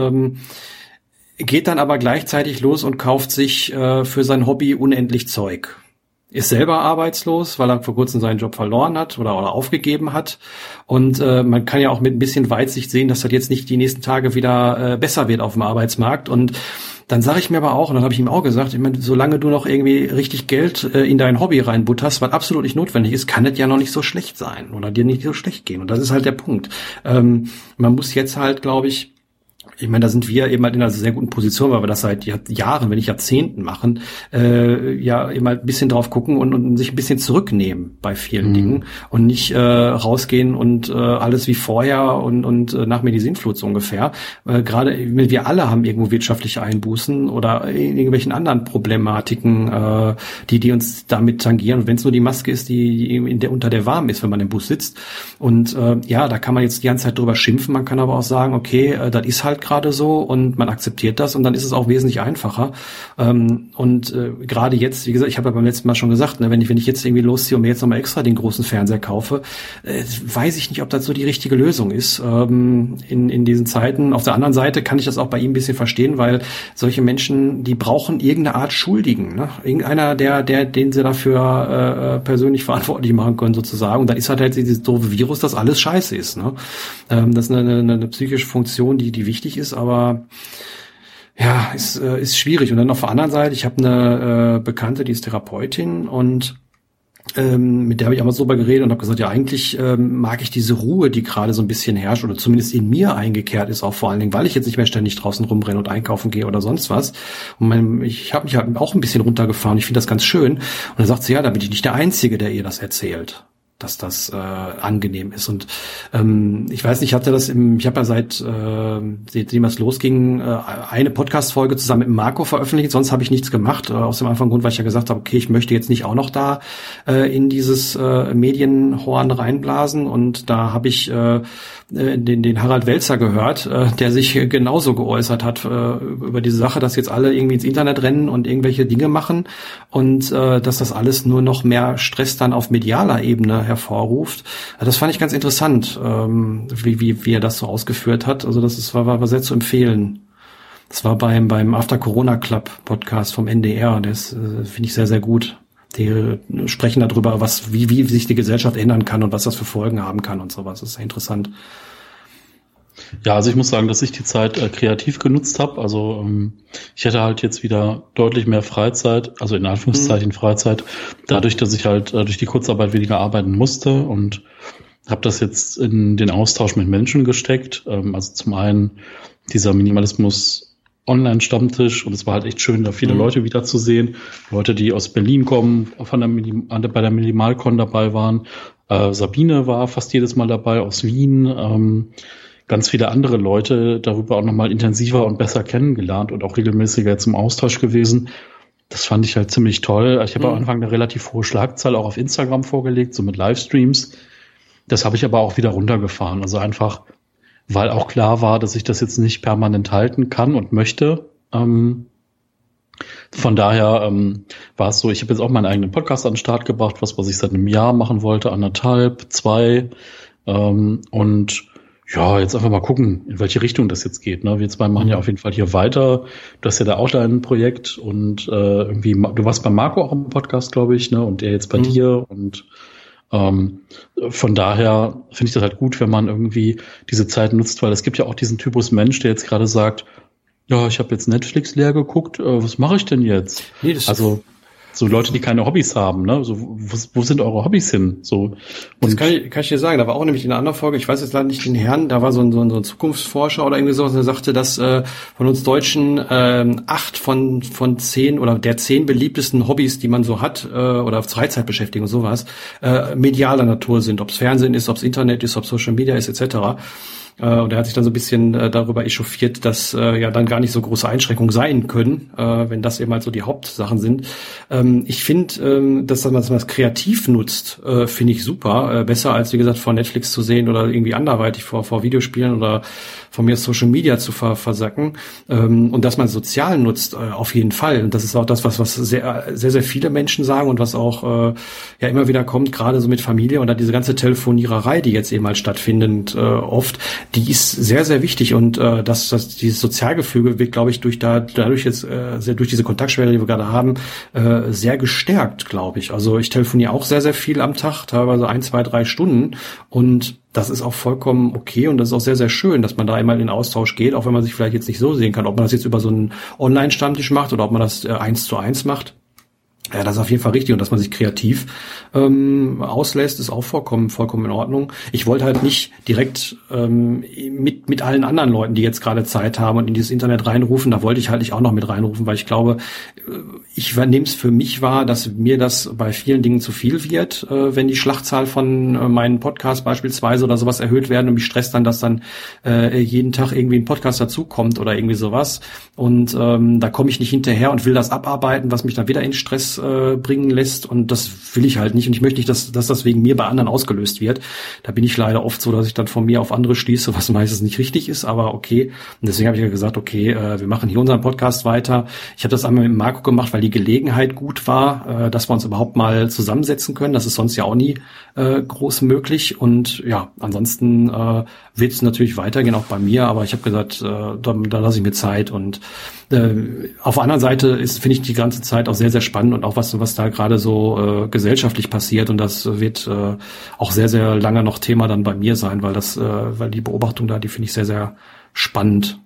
geht dann aber gleichzeitig los und kauft sich für sein Hobby unendlich Zeug. Ist selber arbeitslos, weil er vor kurzem seinen Job verloren hat oder aufgegeben hat. Und man kann ja auch mit ein bisschen Weitsicht sehen, dass das jetzt nicht die nächsten Tage wieder besser wird auf dem Arbeitsmarkt. Und dann sage ich mir aber auch, und dann habe ich ihm auch gesagt, ich meine, solange du noch irgendwie richtig Geld in dein Hobby reinbutterst, was absolut nicht notwendig ist, kann es ja noch nicht so schlecht sein oder dir nicht so schlecht gehen. Und das ist halt der Punkt. Man muss jetzt halt, glaube ich meine, da sind wir eben halt in einer sehr guten Position, weil wir das seit Jahren, wenn nicht Jahrzehnten machen, eben halt ein bisschen drauf gucken und sich ein bisschen zurücknehmen bei vielen Dingen und nicht rausgehen und alles wie vorher und nach mir die Sintflut so ungefähr. Gerade wir alle haben irgendwo wirtschaftliche Einbußen oder in irgendwelchen anderen Problematiken, die uns damit tangieren. Und wenn es nur die Maske ist, die unter der warm ist, wenn man im Bus sitzt. Und da kann man jetzt die ganze Zeit drüber schimpfen. Man kann aber auch sagen, okay, das ist halt gerade so und man akzeptiert das und dann ist es auch wesentlich einfacher. Gerade jetzt, wie gesagt, ich habe ja beim letzten Mal schon gesagt, ne, wenn ich jetzt irgendwie losziehe und mir jetzt nochmal extra den großen Fernseher kaufe, weiß ich nicht, ob das so die richtige Lösung ist in diesen Zeiten. Auf der anderen Seite kann ich das auch bei ihm ein bisschen verstehen, weil solche Menschen, die brauchen irgendeine Art Schuldigen, ne? Irgendeiner, den sie dafür persönlich verantwortlich machen können sozusagen. Und dann ist halt dieses doofe Virus, das alles scheiße ist. Ne? Das ist eine psychische Funktion, die wichtig ist, aber ja, ist schwierig. Und dann auf der anderen Seite, ich habe eine Bekannte, die ist Therapeutin und mit der habe ich auch mal so drüber geredet und habe gesagt, ja, eigentlich mag ich diese Ruhe, die gerade so ein bisschen herrscht oder zumindest in mir eingekehrt ist, auch vor allen Dingen, weil ich jetzt nicht mehr ständig draußen rumrenne und einkaufen gehe oder sonst was. Und ich habe mich halt auch ein bisschen runtergefahren. Ich finde das ganz schön. Und dann sagt sie, ja, da bin ich nicht der Einzige, der ihr das erzählt, dass das angenehm ist. Und ich weiß nicht, ich habe ja seitdem es losging, eine Podcast-Folge zusammen mit Marco veröffentlicht, sonst habe ich nichts gemacht, aus dem einfachen Grund, weil ich ja gesagt habe, okay, ich möchte jetzt nicht auch noch da in dieses Medienhorn reinblasen und da habe ich den Harald Welzer gehört, der sich genauso geäußert hat über diese Sache, dass jetzt alle irgendwie ins Internet rennen und irgendwelche Dinge machen und dass das alles nur noch mehr Stress dann auf medialer Ebene hervorruft. Das fand ich ganz interessant, wie er das so ausgeführt hat. Also das war sehr zu empfehlen. Das war beim After Corona Club Podcast vom NDR. Das finde ich sehr, sehr gut. Die sprechen darüber, wie sich die Gesellschaft ändern kann und was das für Folgen haben kann und sowas. Das ist sehr interessant. Ja, also ich muss sagen, dass ich die Zeit kreativ genutzt habe. Also ich hätte halt jetzt wieder deutlich mehr Freizeit, also in Anführungszeichen Freizeit, dadurch, dass ich halt durch die Kurzarbeit weniger arbeiten musste und habe das jetzt in den Austausch mit Menschen gesteckt. Also zum einen dieser Minimalismus Online-Stammtisch und es war halt echt schön, da viele Leute wiederzusehen. Leute, die aus Berlin kommen, bei der Minimalcon dabei waren. Sabine war fast jedes Mal dabei aus Wien. Ganz viele andere Leute darüber auch nochmal intensiver und besser kennengelernt und auch regelmäßiger zum Austausch gewesen. Das fand ich halt ziemlich toll. Ich habe am Anfang eine relativ hohe Schlagzahl auch auf Instagram vorgelegt, so mit Livestreams. Das habe ich aber auch wieder runtergefahren. Also einfach, weil auch klar war, dass ich das jetzt nicht permanent halten kann und möchte. Von daher war es so, ich habe jetzt auch meinen eigenen Podcast an den Start gebracht, was ich seit einem Jahr machen wollte, 1,5, 2. Und ja, jetzt einfach mal gucken, in welche Richtung das jetzt geht. Ne? Wir zwei machen ja auf jeden Fall hier weiter. Du hast ja da auch dein Projekt und irgendwie, du warst bei Marco auch im Podcast, glaube ich, ne? Und er jetzt bei dir. Und von daher finde ich das halt gut, wenn man irgendwie diese Zeit nutzt, weil es gibt ja auch diesen Typus Mensch, der jetzt gerade sagt, ja, ich habe jetzt Netflix leer geguckt, was mache ich denn jetzt? Nee, also so Leute, die keine Hobbys haben, ne? So, wo sind eure Hobbys hin? So. Und das kann ich dir sagen. Da war auch nämlich in einer anderen Folge, ich weiß jetzt leider nicht den Herrn, da war so ein Zukunftsforscher oder irgendwie sowas, der sagte, dass von uns Deutschen 8 von 10 oder der 10 beliebtesten Hobbys, die man so hat, oder Freizeitbeschäftigung und sowas, medialer Natur sind. Ob es Fernsehen ist, ob es Internet ist, ob Social Media ist, etc. Und er hat sich dann so ein bisschen darüber echauffiert, dass ja dann gar nicht so große Einschränkungen sein können, wenn das eben halt so die Hauptsachen sind. Ich finde, dass man das kreativ nutzt, finde ich super. Besser als, wie gesagt, vor Netflix zu sehen oder irgendwie anderweitig vor Videospielen oder von mir Social Media zu versacken. Und dass man sozial nutzt, auf jeden Fall. Und das ist auch das, was sehr, sehr, sehr viele Menschen sagen und was auch ja immer wieder kommt, gerade so mit Familie und dann diese ganze Telefoniererei, die jetzt eben halt stattfindet, oft, die ist sehr, sehr wichtig und dass dieses Sozialgefüge wird, glaube ich, dadurch jetzt durch diese Kontaktschwelle, die wir gerade haben, sehr gestärkt, glaube ich. Also ich telefoniere auch sehr, sehr viel am Tag, teilweise 1, 2, 3 Stunden und das ist auch vollkommen okay und das ist auch sehr, sehr schön, dass man da einmal in den Austausch geht, auch wenn man sich vielleicht jetzt nicht so sehen kann, ob man das jetzt über so einen Online-Stammtisch macht oder ob man das 1:1 macht. Ja, das ist auf jeden Fall richtig und dass man sich kreativ auslässt, ist auch vollkommen in Ordnung. Ich wollte halt nicht direkt mit allen anderen Leuten, die jetzt gerade Zeit haben und in dieses Internet reinrufen, da wollte ich halt nicht auch noch mit reinrufen, weil ich glaube, ich nehme es für mich wahr, dass mir das bei vielen Dingen zu viel wird, wenn die Schlachtzahl von meinen Podcasts beispielsweise oder sowas erhöht werden und mich stresst dann, dass dann jeden Tag irgendwie ein Podcast dazukommt oder irgendwie sowas und da komme ich nicht hinterher und will das abarbeiten, was mich dann wieder in Stress bringen lässt und das will ich halt nicht und ich möchte nicht, dass das wegen mir bei anderen ausgelöst wird. Da bin ich leider oft so, dass ich dann von mir auf andere schließe, was meistens nicht richtig ist, aber okay. Und deswegen habe ich ja gesagt, okay, wir machen hier unseren Podcast weiter. Ich habe das einmal mit Marco gemacht, weil die Gelegenheit gut war, dass wir uns überhaupt mal zusammensetzen können. Das ist sonst ja auch nie groß möglich und ja, ansonsten wird es natürlich weitergehen, auch bei mir, aber ich habe gesagt, da lasse ich mir Zeit und auf der anderen Seite finde ich die ganze Zeit auch sehr, sehr spannend und auch was da gerade so gesellschaftlich passiert und das wird auch sehr, sehr lange noch Thema dann bei mir sein, weil die Beobachtung da, die finde ich sehr, sehr spannend.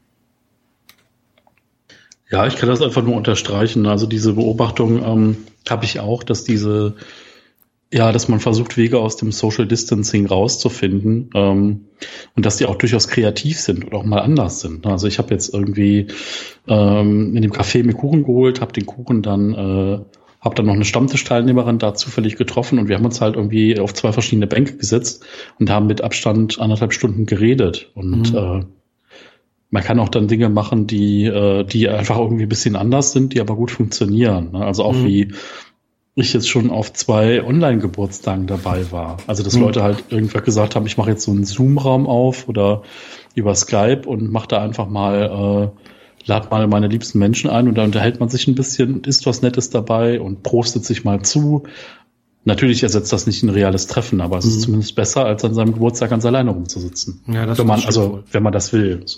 Ja, ich kann das einfach nur unterstreichen. Also diese Beobachtung habe ich auch, dass dass man versucht, Wege aus dem Social Distancing rauszufinden und dass die auch durchaus kreativ sind und auch mal anders sind. Also ich habe jetzt irgendwie in dem Café mir Kuchen geholt, habe den Kuchen dann, habe dann noch eine Stammtischteilnehmerin da zufällig getroffen und wir haben uns halt irgendwie auf 2 verschiedene Bänke gesetzt und haben mit Abstand 1,5 Stunden geredet und man kann auch dann Dinge machen, die einfach irgendwie ein bisschen anders sind, die aber gut funktionieren. Ne? Also auch wie ich jetzt schon auf 2 Online-Geburtstagen dabei war. Also dass Leute halt irgendwann gesagt haben, ich mache jetzt so einen Zoom-Raum auf oder über Skype und mache da einfach mal, lad mal meine liebsten Menschen ein und da unterhält man sich ein bisschen, ist was Nettes dabei und prostet sich mal zu. Natürlich ersetzt das nicht ein reales Treffen, aber es ist zumindest besser, als an seinem Geburtstag ganz alleine rumzusitzen. Ja, das wenn man das will. So.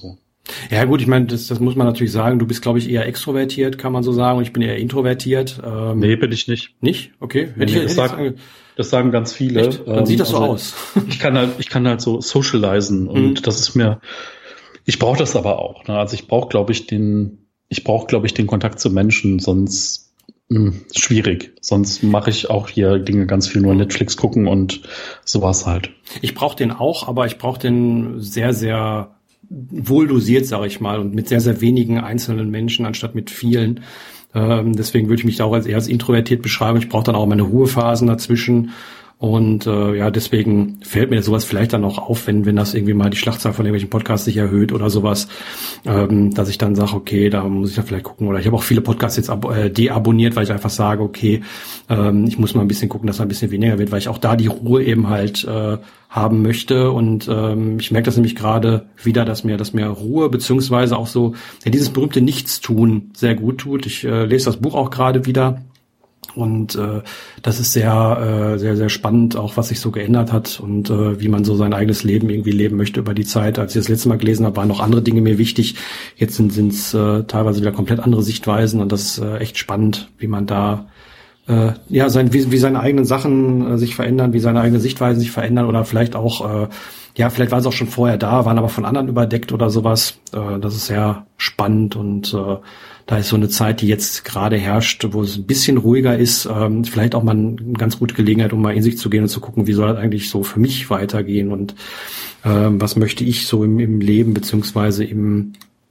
Ja gut, ich meine, das muss man natürlich sagen. Du bist, glaube ich, eher extrovertiert, kann man so sagen. Und ich bin eher introvertiert. Nee, bin ich nicht. Nicht? Okay. Das sagen ganz viele. Echt? Dann sieht das so aus. Ich kann halt so socialisen und das ist mir, ich brauche das aber auch. Ne? Also ich brauche, glaube ich, den Kontakt zu Menschen, sonst schwierig. Sonst mache ich auch hier Dinge ganz viel nur Netflix gucken und sowas halt. Ich brauche den auch, aber ich brauche den sehr, sehr wohl dosiert, sage ich mal, und mit sehr, sehr wenigen einzelnen Menschen anstatt mit vielen. Deswegen würde ich mich da auch eher als introvertiert beschreiben. Ich brauche dann auch meine Ruhephasen dazwischen. Und deswegen fällt mir sowas vielleicht dann auch auf, wenn das irgendwie mal die Schlachtzahl von irgendwelchen Podcasts sich erhöht oder sowas, dass ich dann sage, okay, da muss ich ja vielleicht gucken. Oder ich habe auch viele Podcasts jetzt deabonniert, weil ich einfach sage, okay, ich muss mal ein bisschen gucken, dass er ein bisschen weniger wird, weil ich auch da die Ruhe eben halt haben möchte. Und ich merke das nämlich gerade wieder, dass mir Ruhe beziehungsweise auch so dieses berühmte Nichtstun sehr gut tut. Ich lese das Buch auch gerade wieder. Und das ist sehr, sehr, sehr spannend, auch was sich so geändert hat und wie man so sein eigenes Leben irgendwie leben möchte über die Zeit. Als ich das letzte Mal gelesen habe, waren noch andere Dinge mir wichtig. Jetzt sind es teilweise wieder komplett andere Sichtweisen und das ist echt spannend, wie man da wie seine eigenen Sachen sich verändern, wie seine eigenen Sichtweisen sich verändern oder vielleicht auch vielleicht waren sie auch schon vorher da, waren aber von anderen überdeckt oder sowas. Das ist sehr spannend und da ist so eine Zeit, die jetzt gerade herrscht, wo es ein bisschen ruhiger ist, vielleicht auch mal eine ganz gute Gelegenheit, um mal in sich zu gehen und zu gucken, wie soll das eigentlich so für mich weitergehen und was möchte ich so im Leben beziehungsweise in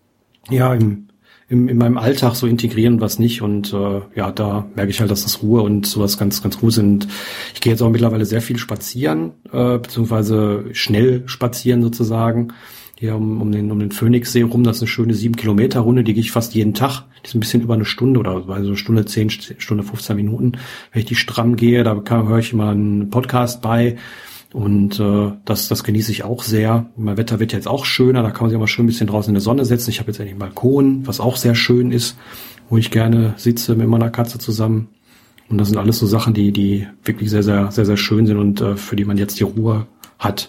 meinem Alltag so integrieren und was nicht. Und da merke ich halt, dass das Ruhe und sowas ganz, ganz gut sind. Ich gehe jetzt auch mittlerweile sehr viel spazieren, beziehungsweise schnell spazieren sozusagen. Hier um den Phoenixsee rum, das ist eine schöne 7-Kilometer-Runde, die gehe ich fast jeden Tag. Die ist ein bisschen über eine Stunde oder also Stunde 10, Stunde 15 Minuten. Wenn ich die stramm gehe, da höre ich immer einen Podcast bei. Und das genieße ich auch sehr. Mein Wetter wird jetzt auch schöner, da kann man sich auch mal schön ein bisschen draußen in der Sonne setzen. Ich habe jetzt endlich einen Balkon, was auch sehr schön ist, wo ich gerne sitze mit meiner Katze zusammen. Und das sind alles so Sachen, die wirklich sehr, sehr, sehr, sehr schön sind und für die man jetzt die Ruhe hat.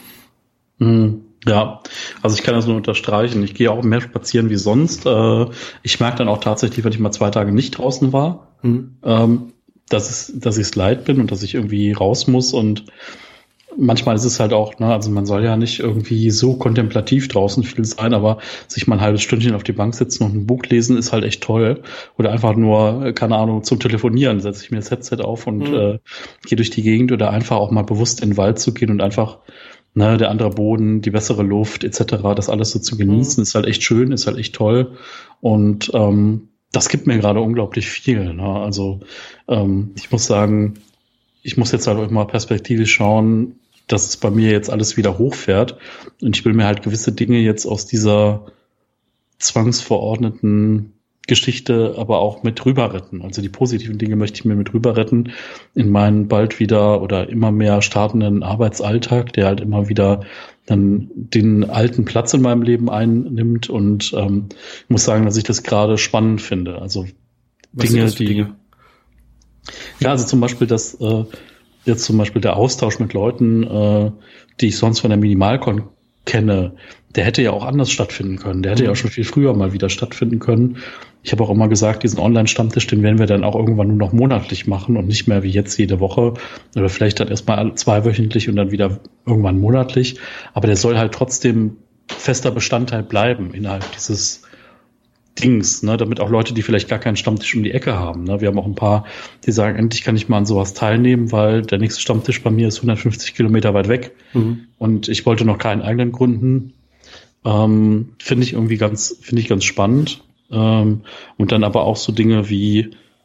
Ja, also ich kann das nur unterstreichen. Ich gehe auch mehr spazieren wie sonst. Ich merke dann auch tatsächlich, wenn ich mal 2 Tage nicht draußen war, dass ich es leid bin und dass ich irgendwie raus muss und manchmal ist es halt auch, also man soll ja nicht irgendwie so kontemplativ draußen viel sein, aber sich mal ein halbes Stündchen auf die Bank sitzen und ein Buch lesen ist halt echt toll. Oder einfach nur, keine Ahnung, zum Telefonieren setze ich mir das Headset auf und gehe durch die Gegend oder einfach auch mal bewusst in den Wald zu gehen und einfach der andere Boden, die bessere Luft etc., das alles so zu genießen, ist halt echt schön, ist halt echt toll und das gibt mir gerade unglaublich viel. Also ich muss sagen, ich muss jetzt halt auch mal perspektivisch schauen, dass es bei mir jetzt alles wieder hochfährt. Und ich will mir halt gewisse Dinge jetzt aus dieser zwangsverordneten Geschichte aber auch mit rüber retten. Also die positiven Dinge möchte ich mir mit rüber retten in meinen bald wieder oder immer mehr startenden Arbeitsalltag, der halt immer wieder dann den alten Platz in meinem Leben einnimmt. Und ich muss sagen, dass ich das gerade spannend finde. Also Dinge. Ja, also zum Beispiel jetzt zum Beispiel der Austausch mit Leuten, die ich sonst von der Minimalcon kenne, der hätte ja auch anders stattfinden können. Der hätte ja auch schon viel früher mal wieder stattfinden können. Ich habe auch immer gesagt, diesen Online-Stammtisch, den werden wir dann auch irgendwann nur noch monatlich machen und nicht mehr wie jetzt jede Woche oder vielleicht dann erstmal 2-wöchentlich und dann wieder irgendwann monatlich. Aber der soll halt trotzdem fester Bestandteil bleiben innerhalb dieses Dings, damit auch Leute, die vielleicht gar keinen Stammtisch um die Ecke haben. Wir haben auch ein paar, die sagen, endlich kann ich mal an sowas teilnehmen, weil der nächste Stammtisch bei mir ist 150 Kilometer weit weg und ich wollte noch keinen eigenen gründen. Finde ich ganz spannend. Und dann aber auch so Dinge wie,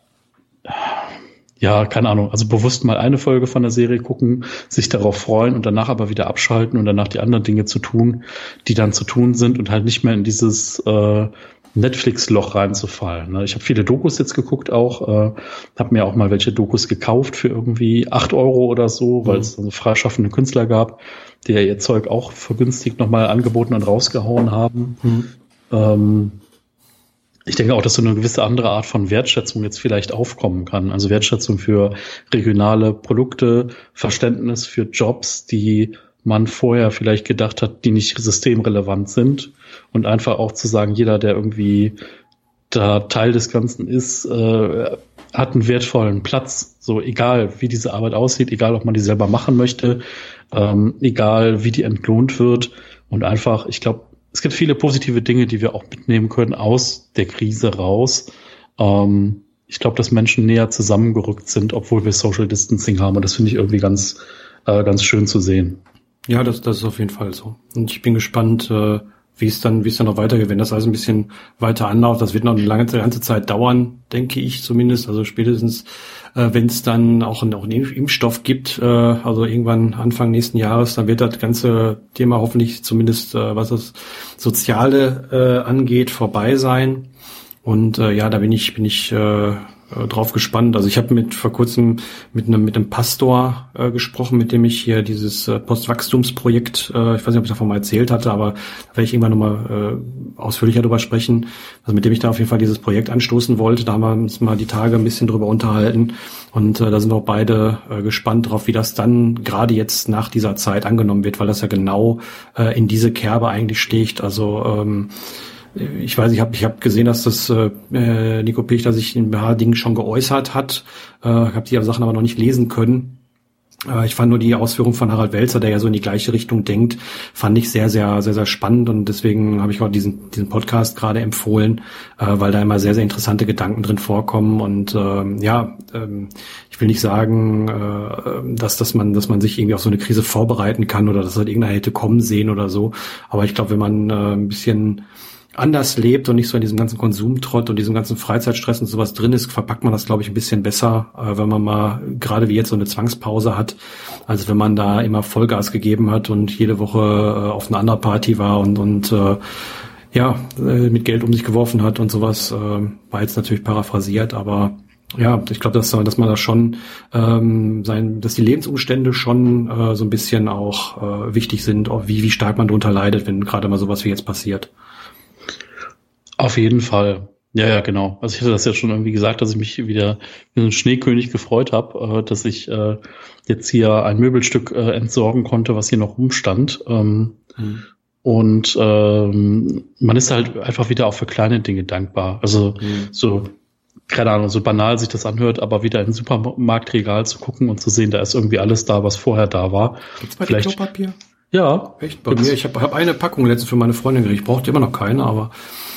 keine Ahnung, also bewusst mal eine Folge von der Serie gucken, sich darauf freuen und danach aber wieder abschalten und danach die anderen Dinge zu tun, die dann zu tun sind und halt nicht mehr in dieses Netflix-Loch reinzufallen. Ich habe viele Dokus jetzt geguckt auch, habe mir auch mal welche Dokus gekauft für irgendwie 8 Euro oder so, weil es so freischaffende Künstler gab, die ja ihr Zeug auch vergünstigt nochmal angeboten und rausgehauen haben. Ich denke auch, dass so eine gewisse andere Art von Wertschätzung jetzt vielleicht aufkommen kann. Also Wertschätzung für regionale Produkte, Verständnis für Jobs, die man vorher vielleicht gedacht hat, die nicht systemrelevant sind. Und einfach auch zu sagen, jeder, der irgendwie da Teil des Ganzen ist, hat einen wertvollen Platz. So egal, wie diese Arbeit aussieht, egal, ob man die selber machen möchte, egal, wie die entlohnt wird. Und einfach, ich glaube, es gibt viele positive Dinge, die wir auch mitnehmen können aus der Krise raus. Ich glaube, dass Menschen näher zusammengerückt sind, obwohl wir Social Distancing haben. Und das finde ich irgendwie ganz schön zu sehen. Ja, das ist auf jeden Fall so. Und ich bin gespannt, wie es dann noch weitergeht, wenn das alles ein bisschen weiter anläuft. Das wird noch eine ganze Zeit dauern, denke ich zumindest. Also spätestens, wenn es dann auch einen Impfstoff gibt, also irgendwann Anfang nächsten Jahres, dann wird das ganze Thema hoffentlich zumindest, was das Soziale angeht, vorbei sein. Und ja, da bin ich drauf gespannt. Also ich habe vor kurzem mit einem Pastor gesprochen, mit dem ich hier dieses Postwachstumsprojekt, ich weiß nicht, ob ich davon mal erzählt hatte, aber da werde ich irgendwann nochmal ausführlicher drüber sprechen. Also mit dem ich da auf jeden Fall dieses Projekt anstoßen wollte. Da haben wir uns mal die Tage ein bisschen drüber unterhalten und da sind wir auch beide gespannt drauf, wie das dann gerade jetzt nach dieser Zeit angenommen wird, weil das ja genau in diese Kerbe eigentlich schlägt. Also ich weiß, ich hab gesehen, dass das Nico Pichler sich in ein paar Dingen schon geäußert hat. Ich habe die Sachen aber noch nicht lesen können. Ich fand nur die Ausführung von Harald Welzer, der ja so in die gleiche Richtung denkt, fand ich sehr, sehr, sehr, sehr spannend. Und deswegen habe ich auch diesen Podcast gerade empfohlen, weil da immer sehr, sehr interessante Gedanken drin vorkommen. Und ich will nicht sagen, dass man sich irgendwie auf so eine Krise vorbereiten kann oder dass halt irgendeiner hätte kommen sehen oder so. Aber ich glaube, wenn man ein bisschen anders lebt und nicht so in diesem ganzen Konsumtrott und diesem ganzen Freizeitstress und sowas drin ist, verpackt man das, glaube ich, ein bisschen besser, wenn man mal gerade wie jetzt so eine Zwangspause hat, als wenn man da immer Vollgas gegeben hat und jede Woche auf einer anderen Party war und mit Geld um sich geworfen hat und sowas. War jetzt natürlich paraphrasiert, aber ja, ich glaube, dass man da schon dass die Lebensumstände schon so ein bisschen auch wichtig sind, auch wie stark man darunter leidet, wenn gerade mal sowas wie jetzt passiert. Auf jeden Fall. Ja, genau. Also ich hatte das ja schon irgendwie gesagt, dass ich mich wieder wie ein Schneekönig gefreut habe, dass ich jetzt hier ein Möbelstück entsorgen konnte, was hier noch rumstand. Und man ist halt einfach wieder auch für kleine Dinge dankbar. Also so, keine Ahnung, so banal sich das anhört, aber wieder in ein Supermarktregal zu gucken und zu sehen, da ist irgendwie alles da, was vorher da war. Gibt's bei dir Klopapier? Ja. Echt? Bei mir? Ich hab eine Packung letztens für meine Freundin gekriegt. Ich brauchte immer noch keine, aber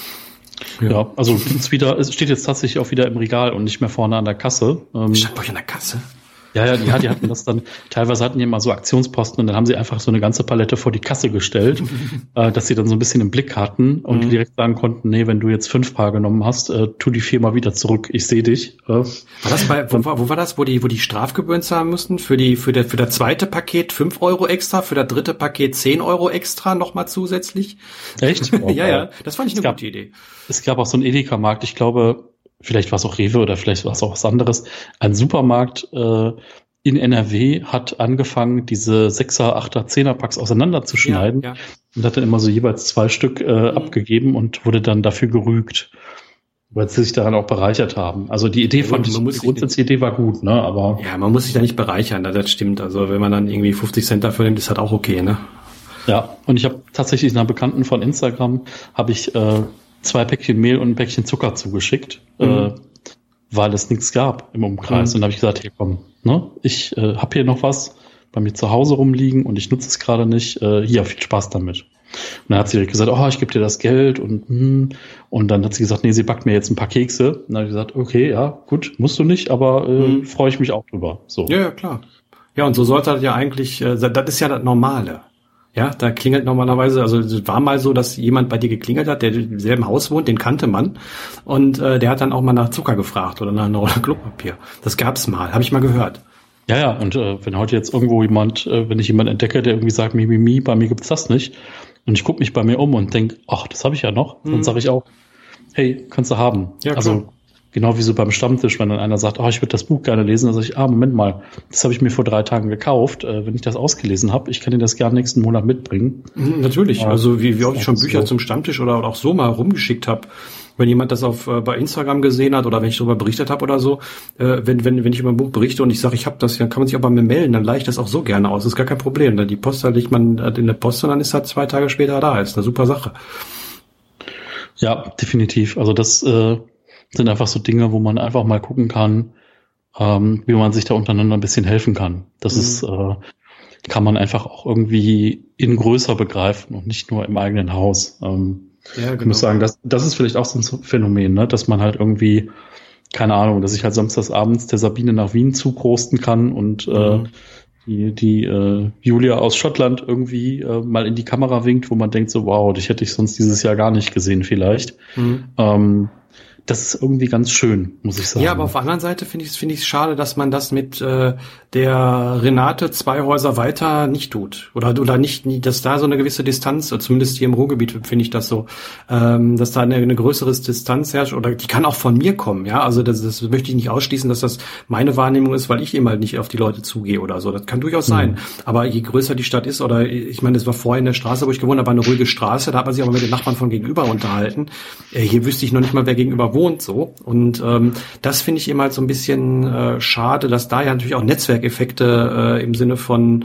ja, also es steht jetzt tatsächlich auch wieder im Regal und nicht mehr vorne an der Kasse. Stand bei euch an der Kasse? Ja, die hatten das dann, teilweise hatten die immer so Aktionsposten und dann haben sie einfach so eine ganze Palette vor die Kasse gestellt, dass sie dann so ein bisschen im Blick hatten und direkt sagen konnten, nee, wenn du jetzt 5 Paar genommen hast, tu die 4 mal wieder zurück, ich sehe dich. War das wo war das, wo die Strafgebühren zahlen mussten? Für das zweite Paket 5 Euro extra, für das dritte Paket 10 Euro extra nochmal zusätzlich? Echt? Ja, das fand ich eine gute Idee. Es gab auch so einen Edeka-Markt, ich glaube, vielleicht war es auch Rewe oder vielleicht war es auch was anderes. Ein Supermarkt in NRW hat angefangen, diese 6er, 8er, 10er Packs auseinanderzuschneiden und hat dann immer so jeweils 2 Stück abgegeben und wurde dann dafür gerügt, weil sie sich daran auch bereichert haben. Also die Idee die grundsätzliche Idee war gut, ne? Aber ja, man muss sich da nicht bereichern, das stimmt. Also wenn man dann irgendwie 50 Cent dafür nimmt, ist das auch okay, ne? Ja, und ich habe tatsächlich einer Bekannten von Instagram 2 Päckchen Mehl und ein Päckchen Zucker zugeschickt, weil es nichts gab im Umkreis. Und da habe ich gesagt, hier komm, ne? Ich habe hier noch was bei mir zu Hause rumliegen und ich nutze es gerade nicht. Hier, viel Spaß damit. Und dann hat sie direkt gesagt, ich gebe dir das Geld und dann hat sie gesagt, nee, sie backt mir jetzt ein paar Kekse. Und dann habe ich gesagt, okay, ja, gut, musst du nicht, aber freue ich mich auch drüber. So. Ja, klar. Ja, und so sollte das ja eigentlich, das ist ja das Normale. Ja, da klingelt normalerweise, also es war mal so, dass jemand bei dir geklingelt hat, der im selben Haus wohnt, den kannte man und der hat dann auch mal nach Zucker gefragt oder nach einer Rolle Klopapier. Das gab's mal, habe ich mal gehört. Ja, und wenn heute jetzt irgendwo wenn ich jemanden entdecke, der irgendwie sagt, mi, bei mir gibt's das nicht und ich gucke mich bei mir um und denke, ach, das habe ich ja noch, dann sage ich auch, hey, kannst du haben. Ja, also genau wie so beim Stammtisch, wenn dann einer sagt, ich würde das Buch gerne lesen, dann sage ich, Moment mal, das habe ich mir vor 3 Tagen gekauft. Wenn ich das ausgelesen habe, ich kann dir das gerne nächsten Monat mitbringen. Natürlich, also wie oft ich schon Bücher zum Stammtisch oder auch so mal rumgeschickt habe. Wenn jemand das bei Instagram gesehen hat oder wenn ich darüber berichtet habe oder so, wenn ich über ein Buch berichte und ich sage, ich habe das, dann kann man sich auch bei mir melden, dann leih ich das auch so gerne aus. Das ist gar kein Problem. Die Post, da legt man in der Post und dann ist das 2 Tage später da. Ist eine super Sache. Ja, definitiv. Also das sind einfach so Dinge, wo man einfach mal gucken kann, wie man sich da untereinander ein bisschen helfen kann. Das ist, kann man einfach auch irgendwie in größer begreifen und nicht nur im eigenen Haus. Ja, genau. Ich muss sagen, das ist vielleicht auch so ein Phänomen, ne? Dass man halt irgendwie, keine Ahnung, dass ich halt samstagsabends der Sabine nach Wien zuprosten kann und die Julia aus Schottland irgendwie mal in die Kamera winkt, wo man denkt so, wow, dich hätte ich sonst dieses Jahr gar nicht gesehen vielleicht. Das ist irgendwie ganz schön, muss ich sagen. Ja, aber auf der anderen Seite finde ich es schade, dass man das mit der Renate 2 Häuser weiter nicht tut. Oder nicht, dass da so eine gewisse Distanz, zumindest hier im Ruhrgebiet finde ich das so, dass da eine größere Distanz herrscht. Oder die kann auch von mir kommen, ja. Also das möchte ich nicht ausschließen, dass das meine Wahrnehmung ist, weil ich eben halt nicht auf die Leute zugehe oder so. Das kann durchaus sein. Aber je größer die Stadt ist, oder ich meine, das war vorher in der Straße, wo ich gewohnt habe, eine ruhige Straße, da hat man sich aber mit den Nachbarn von gegenüber unterhalten. Hier wüsste ich noch nicht mal, wer gegenüber wohnt, so. Und das finde ich eben halt so ein bisschen schade, dass da ja natürlich auch Netzwerkeffekte im Sinne von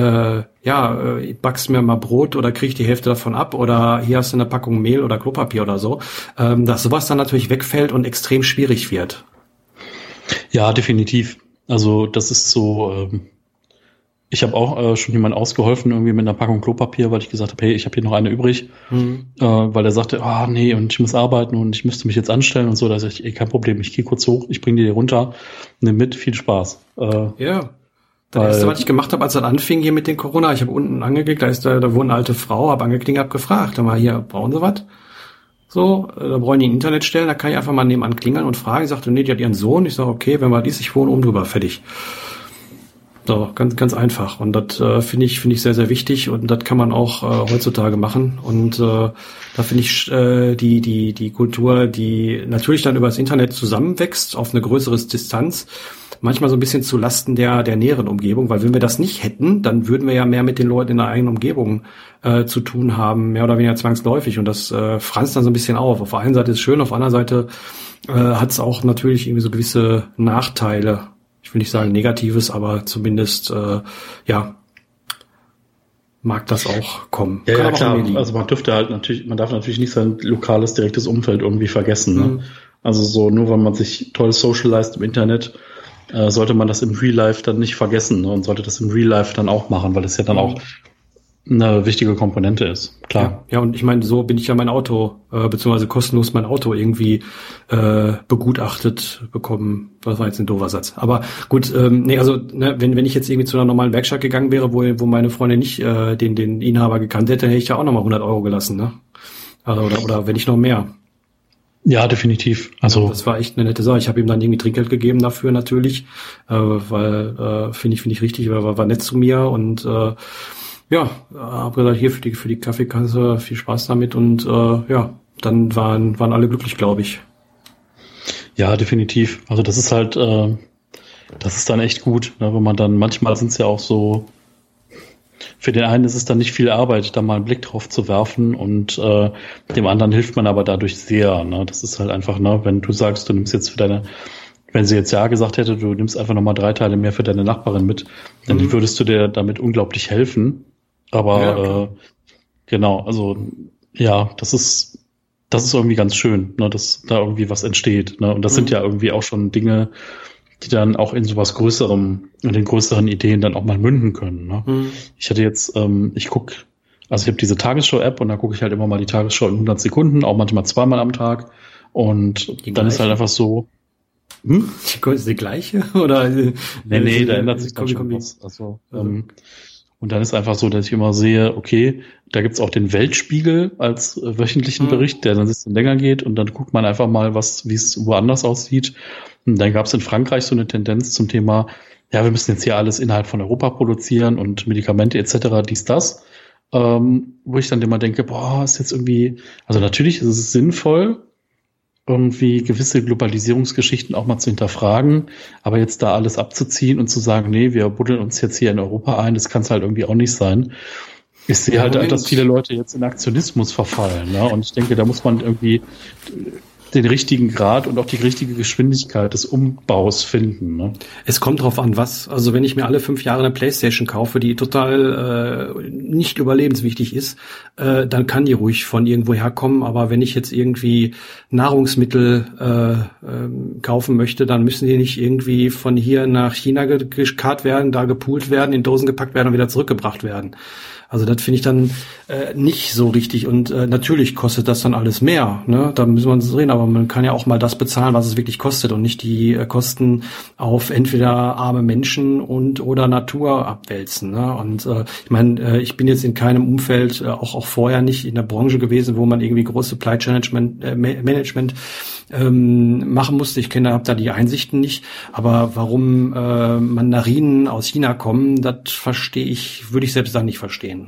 backst mir mal Brot oder krieg die Hälfte davon ab oder hier hast du eine Packung Mehl oder Klopapier oder so, dass sowas dann natürlich wegfällt und extrem schwierig wird. Ja, definitiv. Also das ist so, ich habe auch schon jemand ausgeholfen irgendwie mit einer Packung Klopapier, weil ich gesagt habe, hey, ich habe hier noch eine übrig, weil er sagte, nee, und ich muss arbeiten und ich müsste mich jetzt anstellen und so. Da sage ich, kein Problem, ich gehe kurz hoch, ich bringe dir runter, nimm mit, viel Spaß. Ja. Das erste, was ich gemacht habe, als das anfing hier mit den Corona, ich habe unten angeklickt, da wohnt eine alte Frau, habe angeklickt, habe gefragt, dann mal hier, brauchen Sie was? So, da brauchen die ein Internet stellen, da kann ich einfach mal nebenan klingeln und fragen. Ich sagte, nee, die hat ihren Sohn. Ich sage, okay, wenn was ist, ich wohne oben drüber, fertig. So, ganz, ganz einfach. Und das finde ich sehr, sehr wichtig und das kann man auch heutzutage machen. Und da finde ich die Kultur, die natürlich dann über das Internet zusammenwächst auf eine größere Distanz, manchmal so ein bisschen zu Lasten der näheren Umgebung, weil wenn wir das nicht hätten, dann würden wir ja mehr mit den Leuten in der eigenen Umgebung zu tun haben, mehr oder weniger zwangsläufig. Und das franzt dann so ein bisschen auf. Auf der einen Seite ist es schön, auf der anderen Seite hat es auch natürlich irgendwie so gewisse Nachteile. Ich will nicht sagen Negatives, aber zumindest mag das auch kommen. Ja, klar. Also man darf natürlich nicht sein lokales, direktes Umfeld irgendwie vergessen. Ne? Also so, nur weil man sich toll socialized im Internet, sollte man das im Real Life dann nicht vergessen, ne? Und sollte das im Real Life dann auch machen, weil das ja dann auch eine wichtige Komponente ist. Klar. Ja, und ich meine, so bin ich ja mein Auto, beziehungsweise kostenlos mein Auto irgendwie begutachtet bekommen. Das war jetzt ein doofer Satz. Aber gut, wenn ich jetzt irgendwie zu einer normalen Werkstatt gegangen wäre, wo meine Freundin nicht den Inhaber gekannt hätte, hätte ich ja auch nochmal 100 Euro gelassen, ne? Also, oder wenn nicht noch mehr. Ja, definitiv. Also das war echt eine nette Sache. Ich habe ihm dann irgendwie Trinkgeld gegeben dafür natürlich, weil finde ich richtig, weil war nett zu mir und habe gesagt, hier für die Kaffeekasse viel Spaß damit und dann waren alle glücklich, glaube ich. Ja, definitiv. Also das ist halt, das ist dann echt gut, ne, wenn man dann, manchmal sind es ja auch so, für den einen ist es dann nicht viel Arbeit, da mal einen Blick drauf zu werfen und dem anderen hilft man aber dadurch sehr. Ne? Das ist halt einfach, ne, wenn du sagst, du nimmst jetzt wenn sie jetzt ja gesagt hätte, du nimmst einfach nochmal 3 Teile mehr für deine Nachbarin mit, dann würdest du dir damit unglaublich helfen. Aber genau, also ja, das ist irgendwie ganz schön, ne, dass da irgendwie was entsteht. Ne? Und das sind ja irgendwie auch schon Dinge, die dann auch in sowas Größerem, in den größeren Ideen dann auch mal münden können. Ne? Ich hatte jetzt, ich habe diese Tagesschau-App und da gucke ich halt immer mal die Tagesschau in 100 Sekunden, auch manchmal 2-mal am Tag. Und dann ist halt einfach so. Ist die gleiche? Oder? Nee, da ändert sich dann schon was. Also, und dann ist einfach so, dass ich immer sehe, okay, da gibt's auch den Weltspiegel als wöchentlichen Bericht, der dann ein bisschen länger geht und dann guckt man einfach mal, wie es woanders aussieht. Und dann gab's in Frankreich so eine Tendenz zum Thema, ja, wir müssen jetzt hier alles innerhalb von Europa produzieren und Medikamente etc., dies, das. Wo ich dann immer denke, ist jetzt irgendwie, also natürlich ist es sinnvoll, irgendwie gewisse Globalisierungsgeschichten auch mal zu hinterfragen, aber jetzt da alles abzuziehen und zu sagen, nee, wir buddeln uns jetzt hier in Europa ein, das kann es halt irgendwie auch nicht sein. Ich sehe halt, dass viele Leute jetzt in Aktionismus verfallen, ne? Und ich denke, da muss man irgendwie den richtigen Grad und auch die richtige Geschwindigkeit des Umbaus finden, ne? Es kommt drauf an, was. Also wenn ich mir alle 5 Jahre eine PlayStation kaufe, die total nicht überlebenswichtig ist, dann kann die ruhig von irgendwo herkommen. Aber wenn ich jetzt irgendwie Nahrungsmittel kaufen möchte, dann müssen die nicht irgendwie von hier nach China gekarrt werden, da gepoolt werden, in Dosen gepackt werden und wieder zurückgebracht werden. Also das finde ich dann nicht so richtig. Und natürlich kostet das dann alles mehr, ne? Da müssen wir uns reden, aber man kann ja auch mal das bezahlen, was es wirklich kostet und nicht die Kosten auf entweder arme Menschen und oder Natur abwälzen, ne? Und ich meine, ich bin jetzt in keinem Umfeld, auch vorher nicht in der Branche gewesen, wo man irgendwie große Supply Chain Management machen musste. Ich habe da die Einsichten nicht. Aber warum Mandarinen aus China kommen, das würde ich selbst dann nicht verstehen.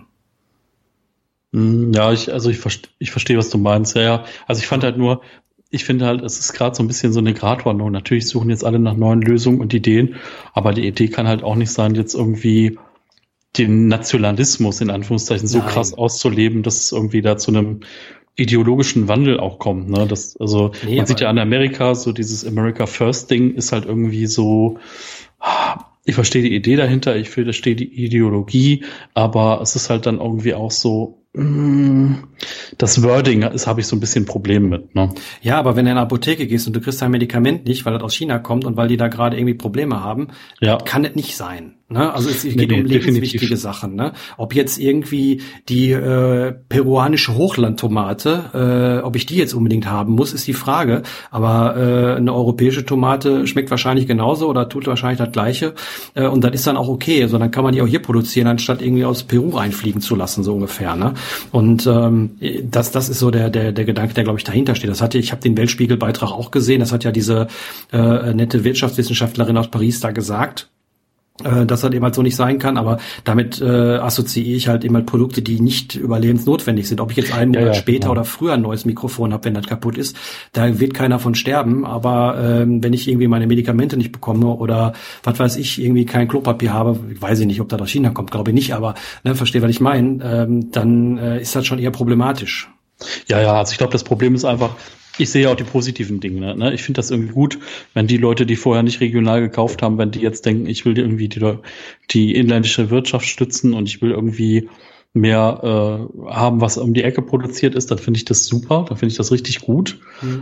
Ja, ich verstehe, was du meinst. Ja. Also ich finde halt, es ist gerade so ein bisschen so eine Gratwanderung. Natürlich suchen jetzt alle nach neuen Lösungen und Ideen, aber die Idee kann halt auch nicht sein, jetzt irgendwie den Nationalismus in Anführungszeichen so krass auszuleben, dass es irgendwie da zu einem ideologischen Wandel auch kommt, ne? Man sieht ja an Amerika, so dieses America First Ding ist halt irgendwie so, ich verstehe die Idee dahinter, ich verstehe die Ideologie, aber es ist halt dann irgendwie auch so, das Wording habe ich so ein bisschen Probleme mit, ne? Ja, aber wenn du in eine Apotheke gehst und du kriegst ein Medikament nicht, weil das aus China kommt und weil die da gerade irgendwie Probleme haben, kann es nicht sein. Ne? Also es geht um lebenswichtige Sachen. Ne? Ob jetzt irgendwie die peruanische Hochlandtomate, ob ich die jetzt unbedingt haben muss, ist die Frage. Aber eine europäische Tomate schmeckt wahrscheinlich genauso oder tut wahrscheinlich das Gleiche. Und das ist dann auch okay. Also dann kann man die auch hier produzieren, anstatt irgendwie aus Peru einfliegen zu lassen, so ungefähr. Ne? Und das ist so der Gedanke, der, glaube ich, dahinter steht. Ich habe den Weltspiegel-Beitrag auch gesehen. Das hat ja diese nette Wirtschaftswissenschaftlerin aus Paris da gesagt, dass das eben halt so nicht sein kann, aber damit assoziiere ich halt eben halt Produkte, die nicht überlebensnotwendig sind. Ob ich jetzt einen Monat später oder früher ein neues Mikrofon habe, wenn das kaputt ist, da wird keiner von sterben, aber wenn ich irgendwie meine Medikamente nicht bekomme oder was weiß ich, irgendwie kein Klopapier habe, weiß ich nicht, ob das aus China kommt, glaube ich nicht, aber verstehe, was ich meine, dann ist das schon eher problematisch. Ja, also ich glaube, das Problem ist einfach, ich sehe ja auch die positiven Dinge. Ne? Ich finde das irgendwie gut, wenn die Leute, die vorher nicht regional gekauft haben, wenn die jetzt denken, ich will irgendwie die inländische Wirtschaft stützen und ich will irgendwie mehr haben, was um die Ecke produziert ist, dann finde ich das super, dann finde ich das richtig gut.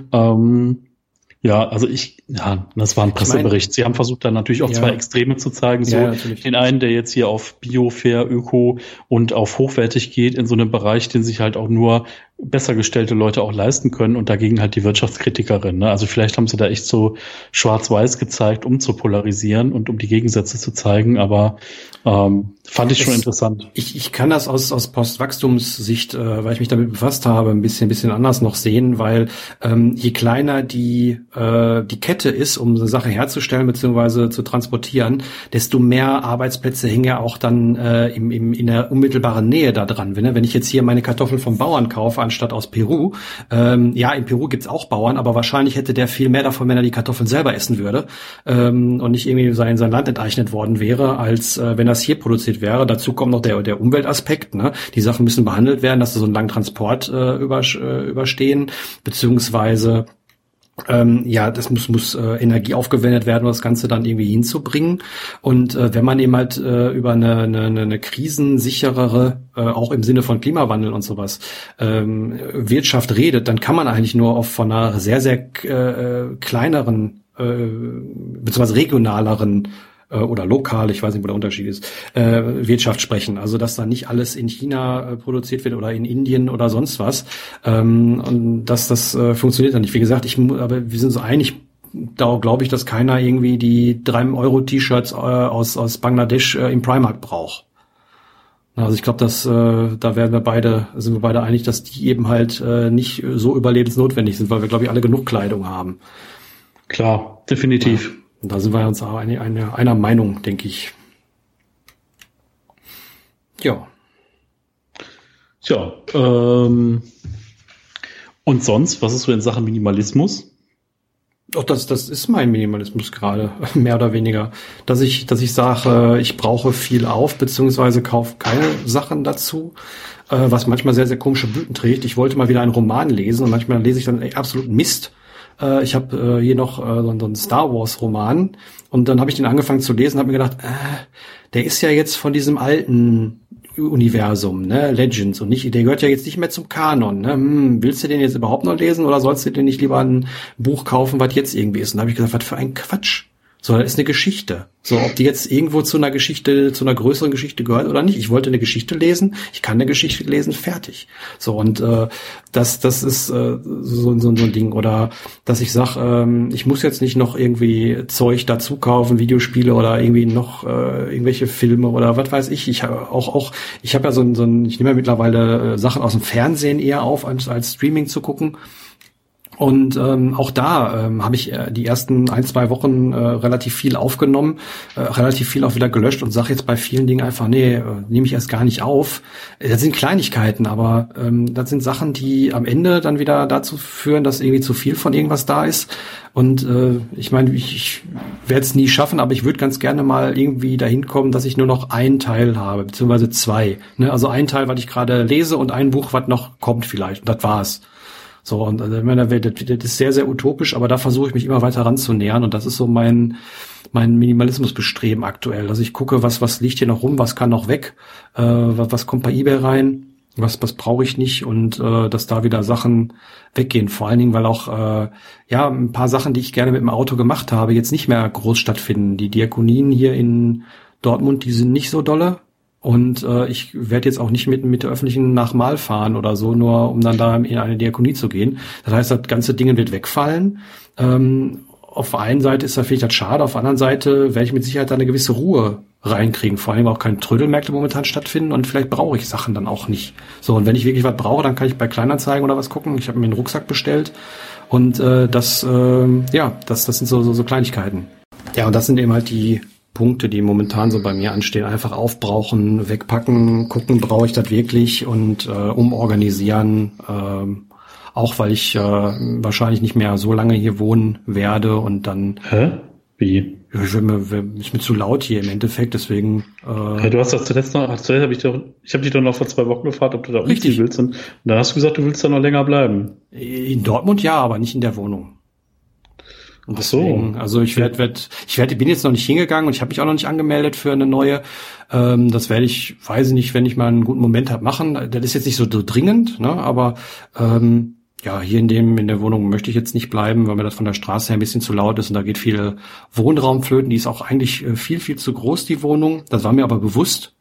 Das war ein Pressebericht. Sie haben versucht, dann natürlich auch zwei Extreme zu zeigen. So den einen, der jetzt hier auf Bio, Fair, Öko und auf hochwertig geht, in so einem Bereich, den sich halt auch nur besser gestellte Leute auch leisten können und dagegen halt die Wirtschaftskritikerin. Ne? Also vielleicht haben sie da echt so schwarz-weiß gezeigt, um zu polarisieren und um die Gegensätze zu zeigen, aber fand ich schon interessant. Ich kann das aus Postwachstumssicht, weil ich mich damit befasst habe, ein bisschen anders noch sehen, weil je kleiner die Kette ist, um eine Sache herzustellen bzw. zu transportieren, desto mehr Arbeitsplätze hängen ja auch dann in der unmittelbaren Nähe da dran. Wenn ich jetzt hier meine Kartoffeln vom Bauern kaufe, anstatt aus Peru, in Peru gibt's auch Bauern, aber wahrscheinlich hätte der viel mehr davon, wenn er die Kartoffeln selber essen würde und nicht irgendwie sein Land enteignet worden wäre, als wenn das hier produziert wäre. Dazu kommt noch der Umweltaspekt. Ne? Die Sachen müssen behandelt werden, dass sie so einen langen Transport überstehen, beziehungsweise das muss Energie aufgewendet werden, um das Ganze dann irgendwie hinzubringen. Und wenn man eben halt über eine krisensicherere, auch im Sinne von Klimawandel und sowas, Wirtschaft redet, dann kann man eigentlich nur von einer sehr, sehr kleineren, beziehungsweise regionaleren oder lokal, ich weiß nicht, wo der Unterschied ist, Wirtschaft sprechen. Also, dass da nicht alles in China produziert wird oder in Indien oder sonst was. Und das funktioniert dann nicht. Wie gesagt, aber wir sind so einig, da glaube ich, dass keiner irgendwie die 3-Euro-T-Shirts aus Bangladesch im Primark braucht. Also ich glaube, dass da sind wir beide einig, dass die eben halt nicht so überlebensnotwendig sind, weil wir, glaube ich, alle genug Kleidung haben. Klar, definitiv. Ja. Und da sind wir uns auch einer Meinung, denke ich. Ja. Tja, Und sonst, was ist so in Sachen Minimalismus? Doch, das ist mein Minimalismus gerade, mehr oder weniger. Dass ich sage, ich brauche viel auf, beziehungsweise kaufe keine Sachen dazu, was manchmal sehr, sehr komische Blüten trägt. Ich wollte mal wieder einen Roman lesen und manchmal lese ich dann absoluten Mist. Ich habe hier noch so einen Star Wars Roman und dann habe ich den angefangen zu lesen und habe mir gedacht, der ist ja jetzt von diesem alten Universum, ne, Legends und nicht, der gehört ja jetzt nicht mehr zum Kanon, ne? Willst du den jetzt überhaupt noch lesen oder sollst du dir nicht lieber ein Buch kaufen, was jetzt irgendwie ist? Und da habe ich gesagt, was für ein Quatsch. So, das ist eine Geschichte. So, ob die jetzt irgendwo zu einer Geschichte, zu einer größeren Geschichte gehört oder nicht. Ich wollte eine Geschichte lesen, ich kann eine Geschichte lesen, fertig. So, und das ist so ein Ding. Oder dass ich sage, ich muss jetzt nicht noch irgendwie Zeug dazu kaufen, Videospiele oder irgendwie noch irgendwelche Filme oder was weiß ich. Ich habe ich habe ja ich nehme ja mittlerweile Sachen aus dem Fernsehen eher auf, als Streaming zu gucken. Und auch da habe ich die ersten 1-2 Wochen relativ viel aufgenommen, relativ viel auch wieder gelöscht und sage jetzt bei vielen Dingen einfach, nehme ich erst gar nicht auf. Das sind Kleinigkeiten, aber das sind Sachen, die am Ende dann wieder dazu führen, dass irgendwie zu viel von irgendwas da ist. Und ich meine, ich werde es nie schaffen, aber ich würde ganz gerne mal irgendwie dahin kommen, dass ich nur noch einen Teil habe, beziehungsweise 2. Ne? Also ein Teil, was ich gerade lese und ein Buch, was noch kommt vielleicht. Und das war's. So, und in meiner Welt, das ist sehr, sehr utopisch, aber da versuche ich mich immer weiter ranzunähern und das ist so mein Minimalismusbestreben aktuell. Also ich gucke, was liegt hier noch rum, was kann noch weg, was kommt bei eBay rein, was brauche ich nicht und dass da wieder Sachen weggehen. Vor allen Dingen, weil auch ein paar Sachen, die ich gerne mit dem Auto gemacht habe, jetzt nicht mehr groß stattfinden. Die Diakonien hier in Dortmund, die sind nicht so dolle. Und ich werde jetzt auch nicht mit der öffentlichen nach Mal fahren oder so, nur um dann da in eine Diakonie zu gehen. Das heißt, das ganze Ding wird wegfallen. Auf der einen Seite ist da vielleicht das schade, auf der anderen Seite werde ich mit Sicherheit da eine gewisse Ruhe reinkriegen. Vor allem auch keine Trödelmärkte momentan stattfinden und vielleicht brauche ich Sachen dann auch nicht. So, und wenn ich wirklich was brauche, dann kann ich bei Kleinanzeigen oder was gucken. Ich habe mir einen Rucksack bestellt und das sind so Kleinigkeiten. Ja, und das sind eben halt die Punkte, die momentan so bei mir anstehen, einfach aufbrauchen, wegpacken, gucken, brauche ich das wirklich und umorganisieren, auch weil ich wahrscheinlich nicht mehr so lange hier wohnen werde und dann... Hä? Wie? Ja, ist mir zu laut hier im Endeffekt, deswegen... du hast das zuletzt noch, ich habe dich doch noch vor 2 Wochen gefragt, ob du da umziehen willst und dann hast du gesagt, du willst da noch länger bleiben. In Dortmund ja, aber nicht in der Wohnung. Und deswegen, also ich bin jetzt noch nicht hingegangen und ich habe mich auch noch nicht angemeldet für eine neue. Das werde ich, weiß ich nicht, wenn ich mal einen guten Moment habe, machen. Das ist jetzt nicht so dringend, ne? Aber hier in der Wohnung möchte ich jetzt nicht bleiben, weil mir das von der Straße her ein bisschen zu laut ist und da geht viel Wohnraum flöten. Die ist auch eigentlich viel, viel zu groß, die Wohnung. Das war mir aber bewusst.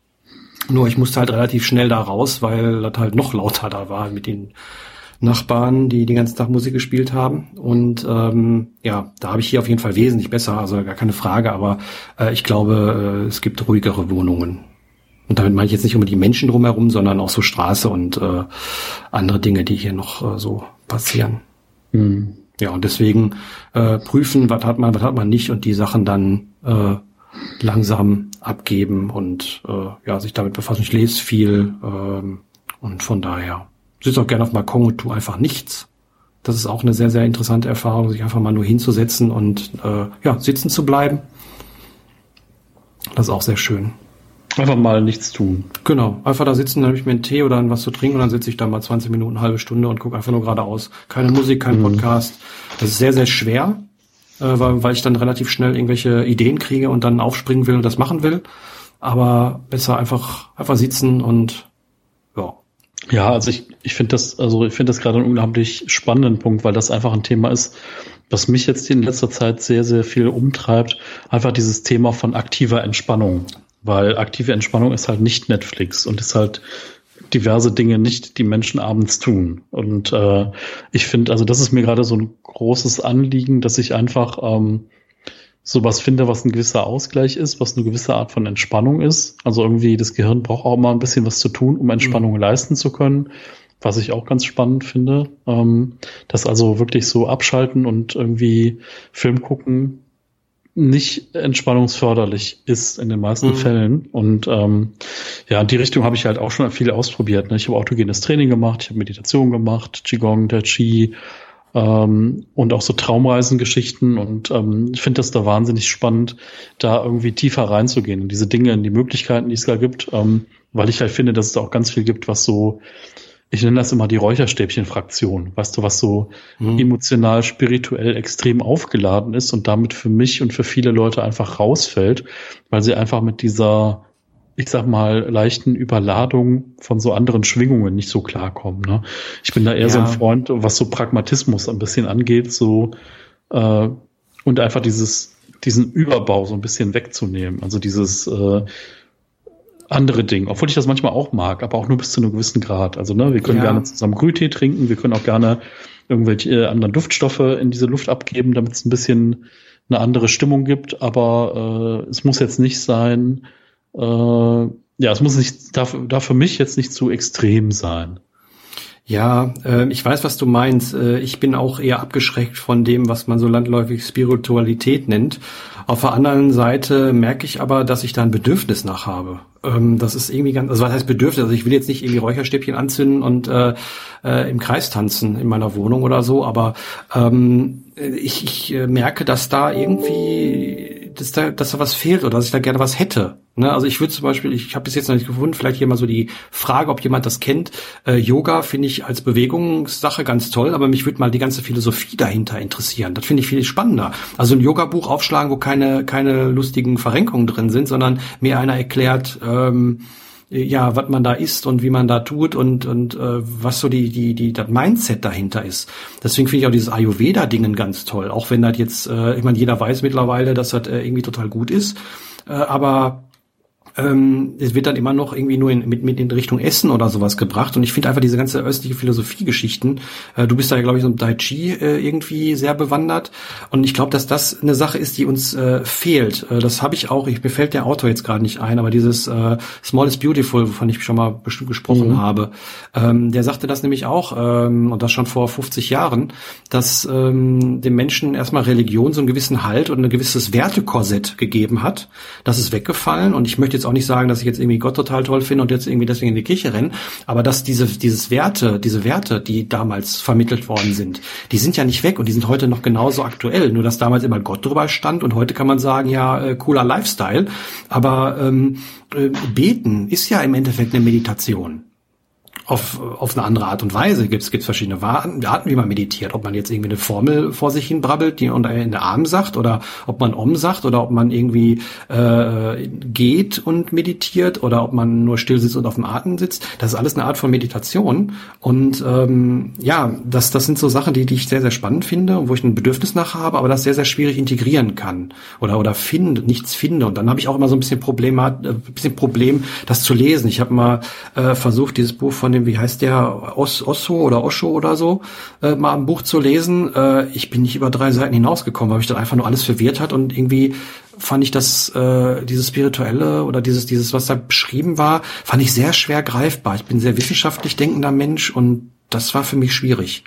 Nur ich musste halt relativ schnell da raus, weil das halt noch lauter da war mit den Nachbarn, die den ganzen Tag Musik gespielt haben. Und da habe ich hier auf jeden Fall wesentlich besser, also gar keine Frage, aber ich glaube, es gibt ruhigere Wohnungen. Und damit meine ich jetzt nicht unbedingt die Menschen drumherum, sondern auch so Straße und andere Dinge, die hier noch so passieren. Mhm. Ja, und deswegen prüfen, was hat man nicht und die Sachen dann langsam abgeben und sich damit befassen. Ich lese viel und von daher sitze auch gerne auf dem Balkon und tue einfach nichts. Das ist auch eine sehr, sehr interessante Erfahrung, sich einfach mal nur hinzusetzen und sitzen zu bleiben. Das ist auch sehr schön. Einfach mal nichts tun. Genau, einfach da sitzen, dann habe ich mir einen Tee oder was zu trinken und dann sitze ich da mal 20 Minuten, eine halbe Stunde und gucke einfach nur geradeaus. Keine Musik, kein Podcast. Das ist sehr, sehr schwer, weil ich dann relativ schnell irgendwelche Ideen kriege und dann aufspringen will und das machen will. Aber besser einfach sitzen und ja. Ja, also ich finde das gerade einen unglaublich spannenden Punkt, weil das einfach ein Thema ist, was mich jetzt in letzter Zeit sehr, sehr viel umtreibt. Einfach dieses Thema von aktiver Entspannung. Weil aktive Entspannung ist halt nicht Netflix und ist halt diverse Dinge nicht, die Menschen abends tun. Und ich finde, also das ist mir gerade so ein großes Anliegen, dass ich einfach sowas finde, was ein gewisser Ausgleich ist, was eine gewisse Art von Entspannung ist. Also irgendwie das Gehirn braucht auch mal ein bisschen was zu tun, um Entspannung leisten zu können, was ich auch ganz spannend finde. Das also wirklich so abschalten und irgendwie Film gucken nicht entspannungsförderlich ist in den meisten Fällen. Und ja, in die Richtung habe ich halt auch schon viel ausprobiert. Ne? Ich habe autogenes Training gemacht, ich habe Meditation gemacht, Qigong, Tai Chi und auch so Traumreisengeschichten. Und ich finde das da wahnsinnig spannend, da irgendwie tiefer reinzugehen in diese Dinge, in die Möglichkeiten, die es da gibt, weil ich halt finde, dass es da auch ganz viel gibt, was so, ich nenne das immer die Räucherstäbchen-Fraktion, weißt du, was so emotional, spirituell extrem aufgeladen ist und damit für mich und für viele Leute einfach rausfällt, weil sie einfach mit dieser, ich sag mal, leichten Überladung von so anderen Schwingungen nicht so klarkommen. Ne? Ich bin da eher so ein Freund, was so Pragmatismus ein bisschen angeht, so und einfach diesen Überbau so ein bisschen wegzunehmen. Also dieses andere Dinge, obwohl ich das manchmal auch mag, aber auch nur bis zu einem gewissen Grad. Also ne, wir können gerne zusammen Grüntee trinken, wir können auch gerne irgendwelche anderen Duftstoffe in diese Luft abgeben, damit es ein bisschen eine andere Stimmung gibt, aber es muss jetzt nicht sein, es muss nicht, darf für mich jetzt nicht zu extrem sein. Ja, ich weiß, was du meinst. Ich bin auch eher abgeschreckt von dem, was man so landläufig Spiritualität nennt. Auf der anderen Seite merke ich aber, dass ich da ein Bedürfnis nach habe. Das ist irgendwie ganz, also was heißt Bedürfnis? Also ich will jetzt nicht irgendwie Räucherstäbchen anzünden und im Kreis tanzen in meiner Wohnung oder so, aber ich merke, dass da irgendwie, dass da was fehlt oder dass ich da gerne was hätte. Ne? Also ich würde zum Beispiel, ich habe bis jetzt noch nicht gefunden, vielleicht hier mal so die Frage, ob jemand das kennt. Yoga finde ich als Bewegungssache ganz toll, aber mich würde mal die ganze Philosophie dahinter interessieren. Das finde ich viel spannender. Also ein Yoga-Buch aufschlagen, wo keine lustigen Verrenkungen drin sind, sondern mir einer erklärt, was man da isst und wie man da tut und was so das Mindset dahinter ist. Deswegen finde ich auch dieses Ayurveda-Dingen ganz toll. Auch wenn das jetzt, ich meine, jeder weiß mittlerweile, dass das irgendwie total gut ist, aber es wird dann immer noch irgendwie nur mit in Richtung Essen oder sowas gebracht. Und ich finde einfach diese ganze östliche Philosophie-Geschichten, du bist da ja, glaube ich, so im Tai Chi irgendwie sehr bewandert. Und ich glaube, dass das eine Sache ist, die uns fehlt. Das habe ich auch, mir fällt der Autor jetzt gerade nicht ein, aber dieses Small is Beautiful, wovon ich schon mal bestimmt gesprochen habe, der sagte das nämlich auch, und das schon vor 50 Jahren, dass dem Menschen erstmal Religion so einen gewissen Halt und ein gewisses Wertekorsett gegeben hat. Das ist weggefallen und ich möchte jetzt auch nicht sagen, dass ich jetzt irgendwie Gott total toll finde und jetzt irgendwie deswegen in die Kirche renne, aber dass diese Werte, die damals vermittelt worden sind, die sind ja nicht weg und die sind heute noch genauso aktuell, nur dass damals immer Gott drüber stand und heute kann man sagen, ja, cooler Lifestyle, aber Beten ist ja im Endeffekt eine Meditation. Auf eine andere Art und Weise gibt's verschiedene Arten, wie man meditiert. Ob man jetzt irgendwie eine Formel vor sich hin brabbelt, die unter in der Arm sagt, oder ob man Om sagt, oder ob man irgendwie geht und meditiert, oder ob man nur still sitzt und auf dem Atem sitzt. Das ist alles eine Art von Meditation. Und das sind so Sachen, die ich sehr, sehr spannend finde und wo ich ein Bedürfnis nach habe, aber das sehr, sehr schwierig integrieren kann oder nichts finde. Und dann habe ich auch immer so ein bisschen Problem, das zu lesen. Ich habe mal versucht, dieses Buch von dem, wie heißt der, Osho oder so, mal ein Buch zu lesen. Ich bin nicht über 3 Seiten hinausgekommen, weil mich dann einfach nur alles verwirrt hat und irgendwie fand ich das, dieses Spirituelle oder dieses, was da beschrieben war, fand ich sehr schwer greifbar. Ich bin ein sehr wissenschaftlich denkender Mensch und das war für mich schwierig.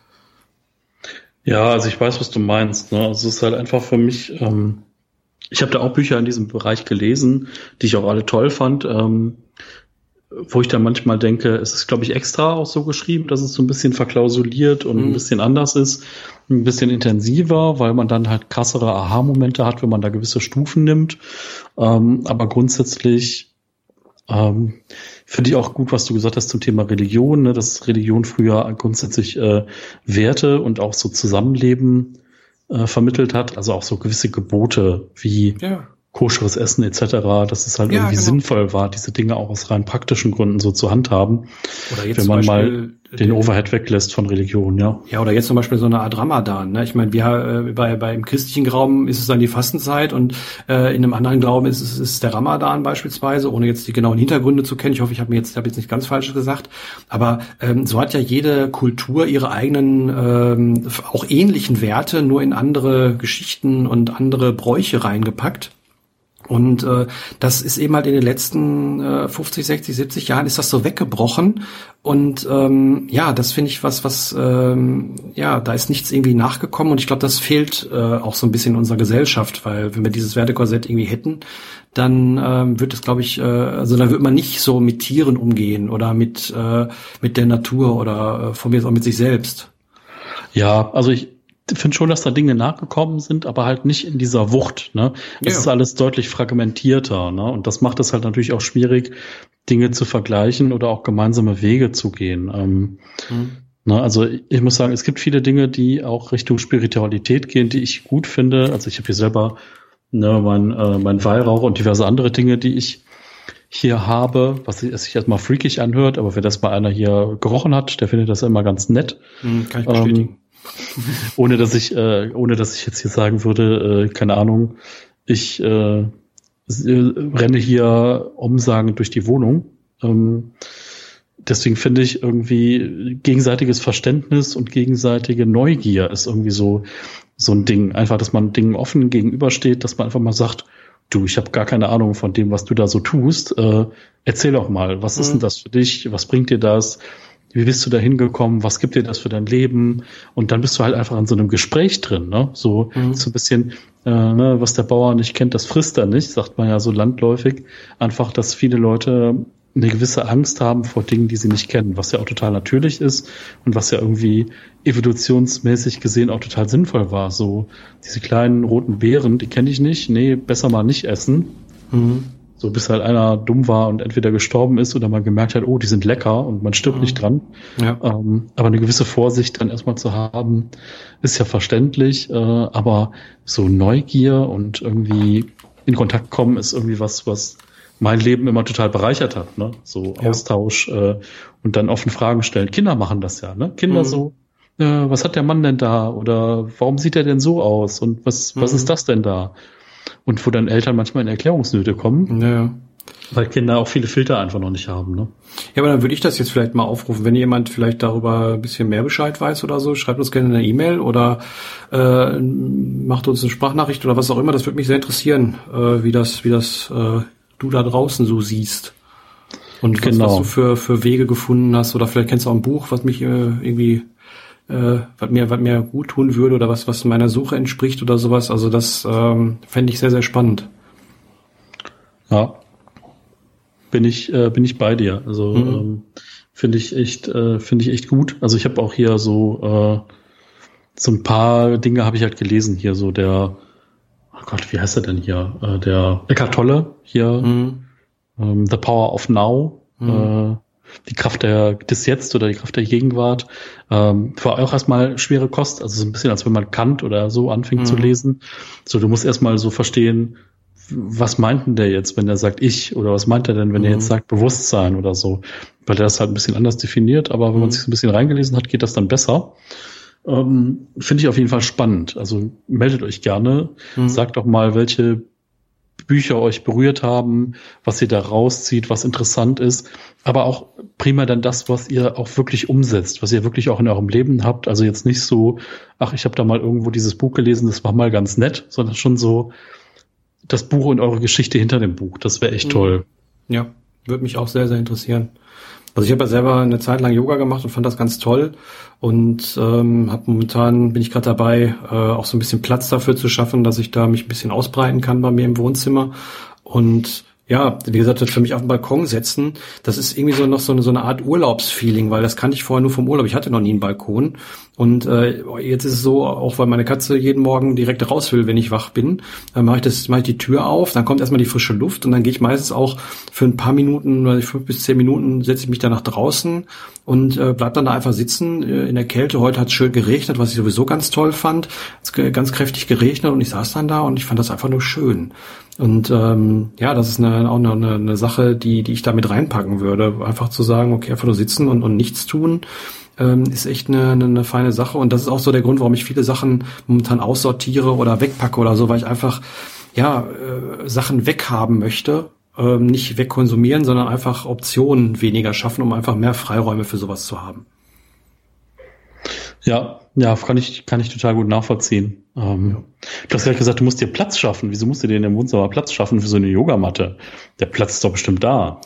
Ja, also ich weiß, was du meinst. Ne? Also es ist halt einfach für mich, ich habe da auch Bücher in diesem Bereich gelesen, die ich auch alle toll fand, wo ich dann manchmal denke, es ist, glaube ich, extra auch so geschrieben, dass es so ein bisschen verklausuliert und ein bisschen anders ist, ein bisschen intensiver, weil man dann halt krassere Aha-Momente hat, wenn man da gewisse Stufen nimmt. Aber grundsätzlich finde ich auch gut, was du gesagt hast zum Thema Religion, ne, dass Religion früher grundsätzlich Werte und auch so Zusammenleben vermittelt hat, also auch so gewisse Gebote wie koscheres Essen etc., dass es halt irgendwie sinnvoll war, diese Dinge auch aus rein praktischen Gründen so zu handhaben, oder jetzt wenn man mal den Overhead weglässt von Religion, ja. Ja, oder jetzt zum Beispiel so eine Art Ramadan, ne? Ich meine, wir im christlichen Glauben ist es dann die Fastenzeit und in einem anderen Glauben ist es der Ramadan beispielsweise, ohne jetzt die genauen Hintergründe zu kennen. Ich hoffe, ich habe jetzt nicht ganz falsch gesagt, aber so hat ja jede Kultur ihre eigenen auch ähnlichen Werte, nur in andere Geschichten und andere Bräuche reingepackt. Und das ist eben halt in den letzten 50, 60, 70 Jahren ist das so weggebrochen. Und das finde ich was da ist nichts irgendwie nachgekommen. Und ich glaube, das fehlt auch so ein bisschen in unserer Gesellschaft, weil wenn wir dieses Wertekorsett irgendwie hätten, dann wird es, glaube ich, dann wird man nicht so mit Tieren umgehen oder mit der Natur oder von mir aus auch mit sich selbst. Ja, also ich finde schon, dass da Dinge nachgekommen sind, aber halt nicht in dieser Wucht, ne? Das ist alles deutlich fragmentierter, ne? Und das macht es halt natürlich auch schwierig, Dinge zu vergleichen oder auch gemeinsame Wege zu gehen. Ne? Also ich muss sagen, es gibt viele Dinge, die auch Richtung Spiritualität gehen, die ich gut finde. Also ich habe hier selber mein Weihrauch und diverse andere Dinge, die ich hier habe, was sich erstmal freakig anhört, aber wenn das mal einer hier gerochen hat, der findet das immer ganz nett. Kann ich bestätigen. Ohne dass ich jetzt hier sagen würde, keine Ahnung, ich renne hier umsagend durch die Wohnung. Deswegen finde ich irgendwie gegenseitiges Verständnis und gegenseitige Neugier ist irgendwie so ein Ding. Einfach, dass man Dingen offen gegenübersteht, dass man einfach mal sagt, du, ich habe gar keine Ahnung von dem, was du da so tust. Erzähl doch mal, was ist denn das für dich? Was bringt dir das? Wie bist du da hingekommen? Was gibt dir das für dein Leben? Und dann bist du halt einfach in so einem Gespräch drin, ne? So ein bisschen, was der Bauer nicht kennt, das frisst er nicht, sagt man ja so landläufig. Einfach, dass viele Leute eine gewisse Angst haben vor Dingen, die sie nicht kennen, was ja auch total natürlich ist und was ja irgendwie evolutionsmäßig gesehen auch total sinnvoll war. So diese kleinen roten Beeren, die kenne ich nicht. Nee, besser mal nicht essen. So bis halt einer dumm war und entweder gestorben ist oder man gemerkt hat, oh, die sind lecker und man stirbt nicht dran. Ja. Aber eine gewisse Vorsicht dann erstmal zu haben, ist ja verständlich. Aber so Neugier und irgendwie in Kontakt kommen ist irgendwie was mein Leben immer total bereichert hat. Ne? So Austausch und dann offen Fragen stellen. Kinder machen das ja. Ne? Kinder so, was hat der Mann denn da? Oder warum sieht er denn so aus? Und was ist das denn da? Und wo dann Eltern manchmal in Erklärungsnöte kommen, weil Kinder auch viele Filter einfach noch nicht haben. Ne? Ja, aber dann würde ich das jetzt vielleicht mal aufrufen. Wenn jemand vielleicht darüber ein bisschen mehr Bescheid weiß oder so, schreibt uns gerne eine E-Mail oder macht uns eine Sprachnachricht oder was auch immer. Das würde mich sehr interessieren, wie das du da draußen so siehst. Und was du für Wege gefunden hast. Oder vielleicht kennst du auch ein Buch, was mich irgendwie was mir gut tun würde oder was meiner Suche entspricht oder sowas. Also das fände ich sehr, sehr spannend. Ja, bin ich bei dir. Also finde ich echt gut. Also ich habe auch hier so ein paar Dinge habe ich halt gelesen hier. So der, oh Gott, wie heißt er denn hier? Der Eckhart Tolle hier. The Power of Now. Die Kraft des Jetzt oder die Kraft der Gegenwart, war auch erstmal schwere Kost, also so ein bisschen, als wenn man Kant oder so anfängt zu lesen. So, du musst erstmal so verstehen, was meint denn der jetzt, wenn er sagt ich, oder was meint er denn, wenn er jetzt sagt Bewusstsein oder so, weil der das halt ein bisschen anders definiert, aber wenn man sich so ein bisschen reingelesen hat, geht das dann besser. Finde ich auf jeden Fall spannend. Also meldet euch gerne, sagt doch mal, welche Bücher euch berührt haben, was ihr da rauszieht, was interessant ist, aber auch prima dann das, was ihr auch wirklich umsetzt, was ihr wirklich auch in eurem Leben habt. Also jetzt nicht so, ach, ich habe da mal irgendwo dieses Buch gelesen, das war mal ganz nett, sondern schon so das Buch und eure Geschichte hinter dem Buch. Das wäre echt toll. Ja, würde mich auch sehr, sehr interessieren. Also ich habe ja selber eine Zeit lang Yoga gemacht und fand das ganz toll und bin ich gerade dabei, auch so ein bisschen Platz dafür zu schaffen, dass ich da mich ein bisschen ausbreiten kann bei mir im Wohnzimmer. Und ja, wie gesagt, das für mich auf den Balkon setzen, das ist irgendwie so noch so eine Art Urlaubsfeeling, weil das kannte ich vorher nur vom Urlaub. Ich hatte noch nie einen Balkon. Und jetzt ist es so, auch weil meine Katze jeden Morgen direkt raus will, wenn ich wach bin, mache ich die Tür auf, dann kommt erstmal die frische Luft und dann gehe ich meistens auch für ein paar Minuten, 5 bis 10 Minuten, setze ich mich da nach draußen und bleib dann da einfach sitzen in der Kälte. Heute hat es schön geregnet, was ich sowieso ganz toll fand. Es hat ganz kräftig geregnet und ich saß dann da und ich fand das einfach nur schön. Und das ist auch eine Sache, die ich da mit reinpacken würde. Einfach zu sagen, okay, einfach nur sitzen und nichts tun, ist echt eine feine Sache. Und das ist auch so der Grund, warum ich viele Sachen momentan aussortiere oder wegpacke oder so, weil ich einfach Sachen weghaben möchte. Nicht wegkonsumieren, sondern einfach Optionen weniger schaffen, um einfach mehr Freiräume für sowas zu haben. Ja, kann ich total gut nachvollziehen. Du hast ja gesagt, du musst dir Platz schaffen. Wieso musst du dir in dem Wohnzimmer Platz schaffen für so eine Yogamatte? Der Platz ist doch bestimmt da.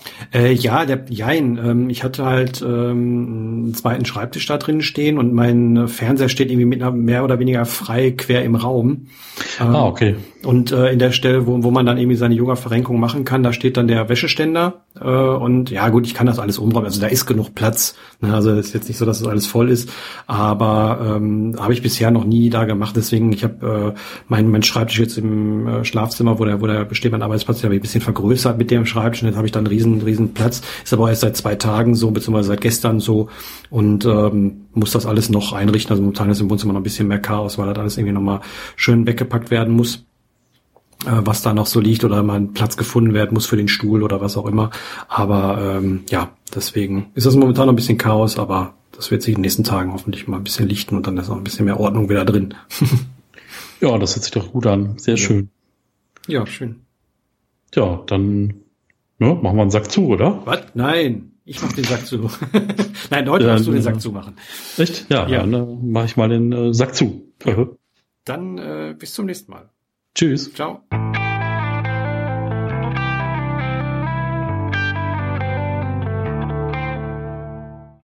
Ich hatte halt einen zweiten Schreibtisch da drin stehen und mein Fernseher steht irgendwie mit einer mehr oder weniger frei quer im Raum. Okay. Und in der Stelle, wo man dann irgendwie seine Yoga-Verrenkung machen kann, da steht dann der Wäscheständer. Und ja gut, ich kann das alles umräumen. Also da ist genug Platz. Also es ist jetzt nicht so, dass das alles voll ist. Aber habe ich bisher noch nie da gemacht. Deswegen, ich habe mein Schreibtisch jetzt im Schlafzimmer, wo der besteht mein Arbeitsplatz, der habe ich ein bisschen vergrößert mit dem Schreibtisch. Und jetzt habe ich dann einen riesen Platz. Ist aber erst seit 2 Tagen so, beziehungsweise seit gestern so. Und muss das alles noch einrichten. Also momentan ist im Wohnzimmer noch ein bisschen mehr Chaos, weil das alles irgendwie nochmal schön weggepackt werden muss, was da noch so liegt, oder mal ein Platz gefunden werden muss für den Stuhl oder was auch immer. Aber deswegen ist das momentan noch ein bisschen Chaos, aber das wird sich in den nächsten Tagen hoffentlich mal ein bisschen lichten und dann ist auch ein bisschen mehr Ordnung wieder drin. Ja, das hört sich doch gut an. Sehr schön. Ja, schön. Ja, dann machen wir einen Sack zu, oder? Was? Nein, ich mach den Sack zu. Nein, heute musst du den Sack zumachen. Echt? Ja. Dann mache ich mal den Sack zu. Dann bis zum nächsten Mal. Tschüss. Ciao.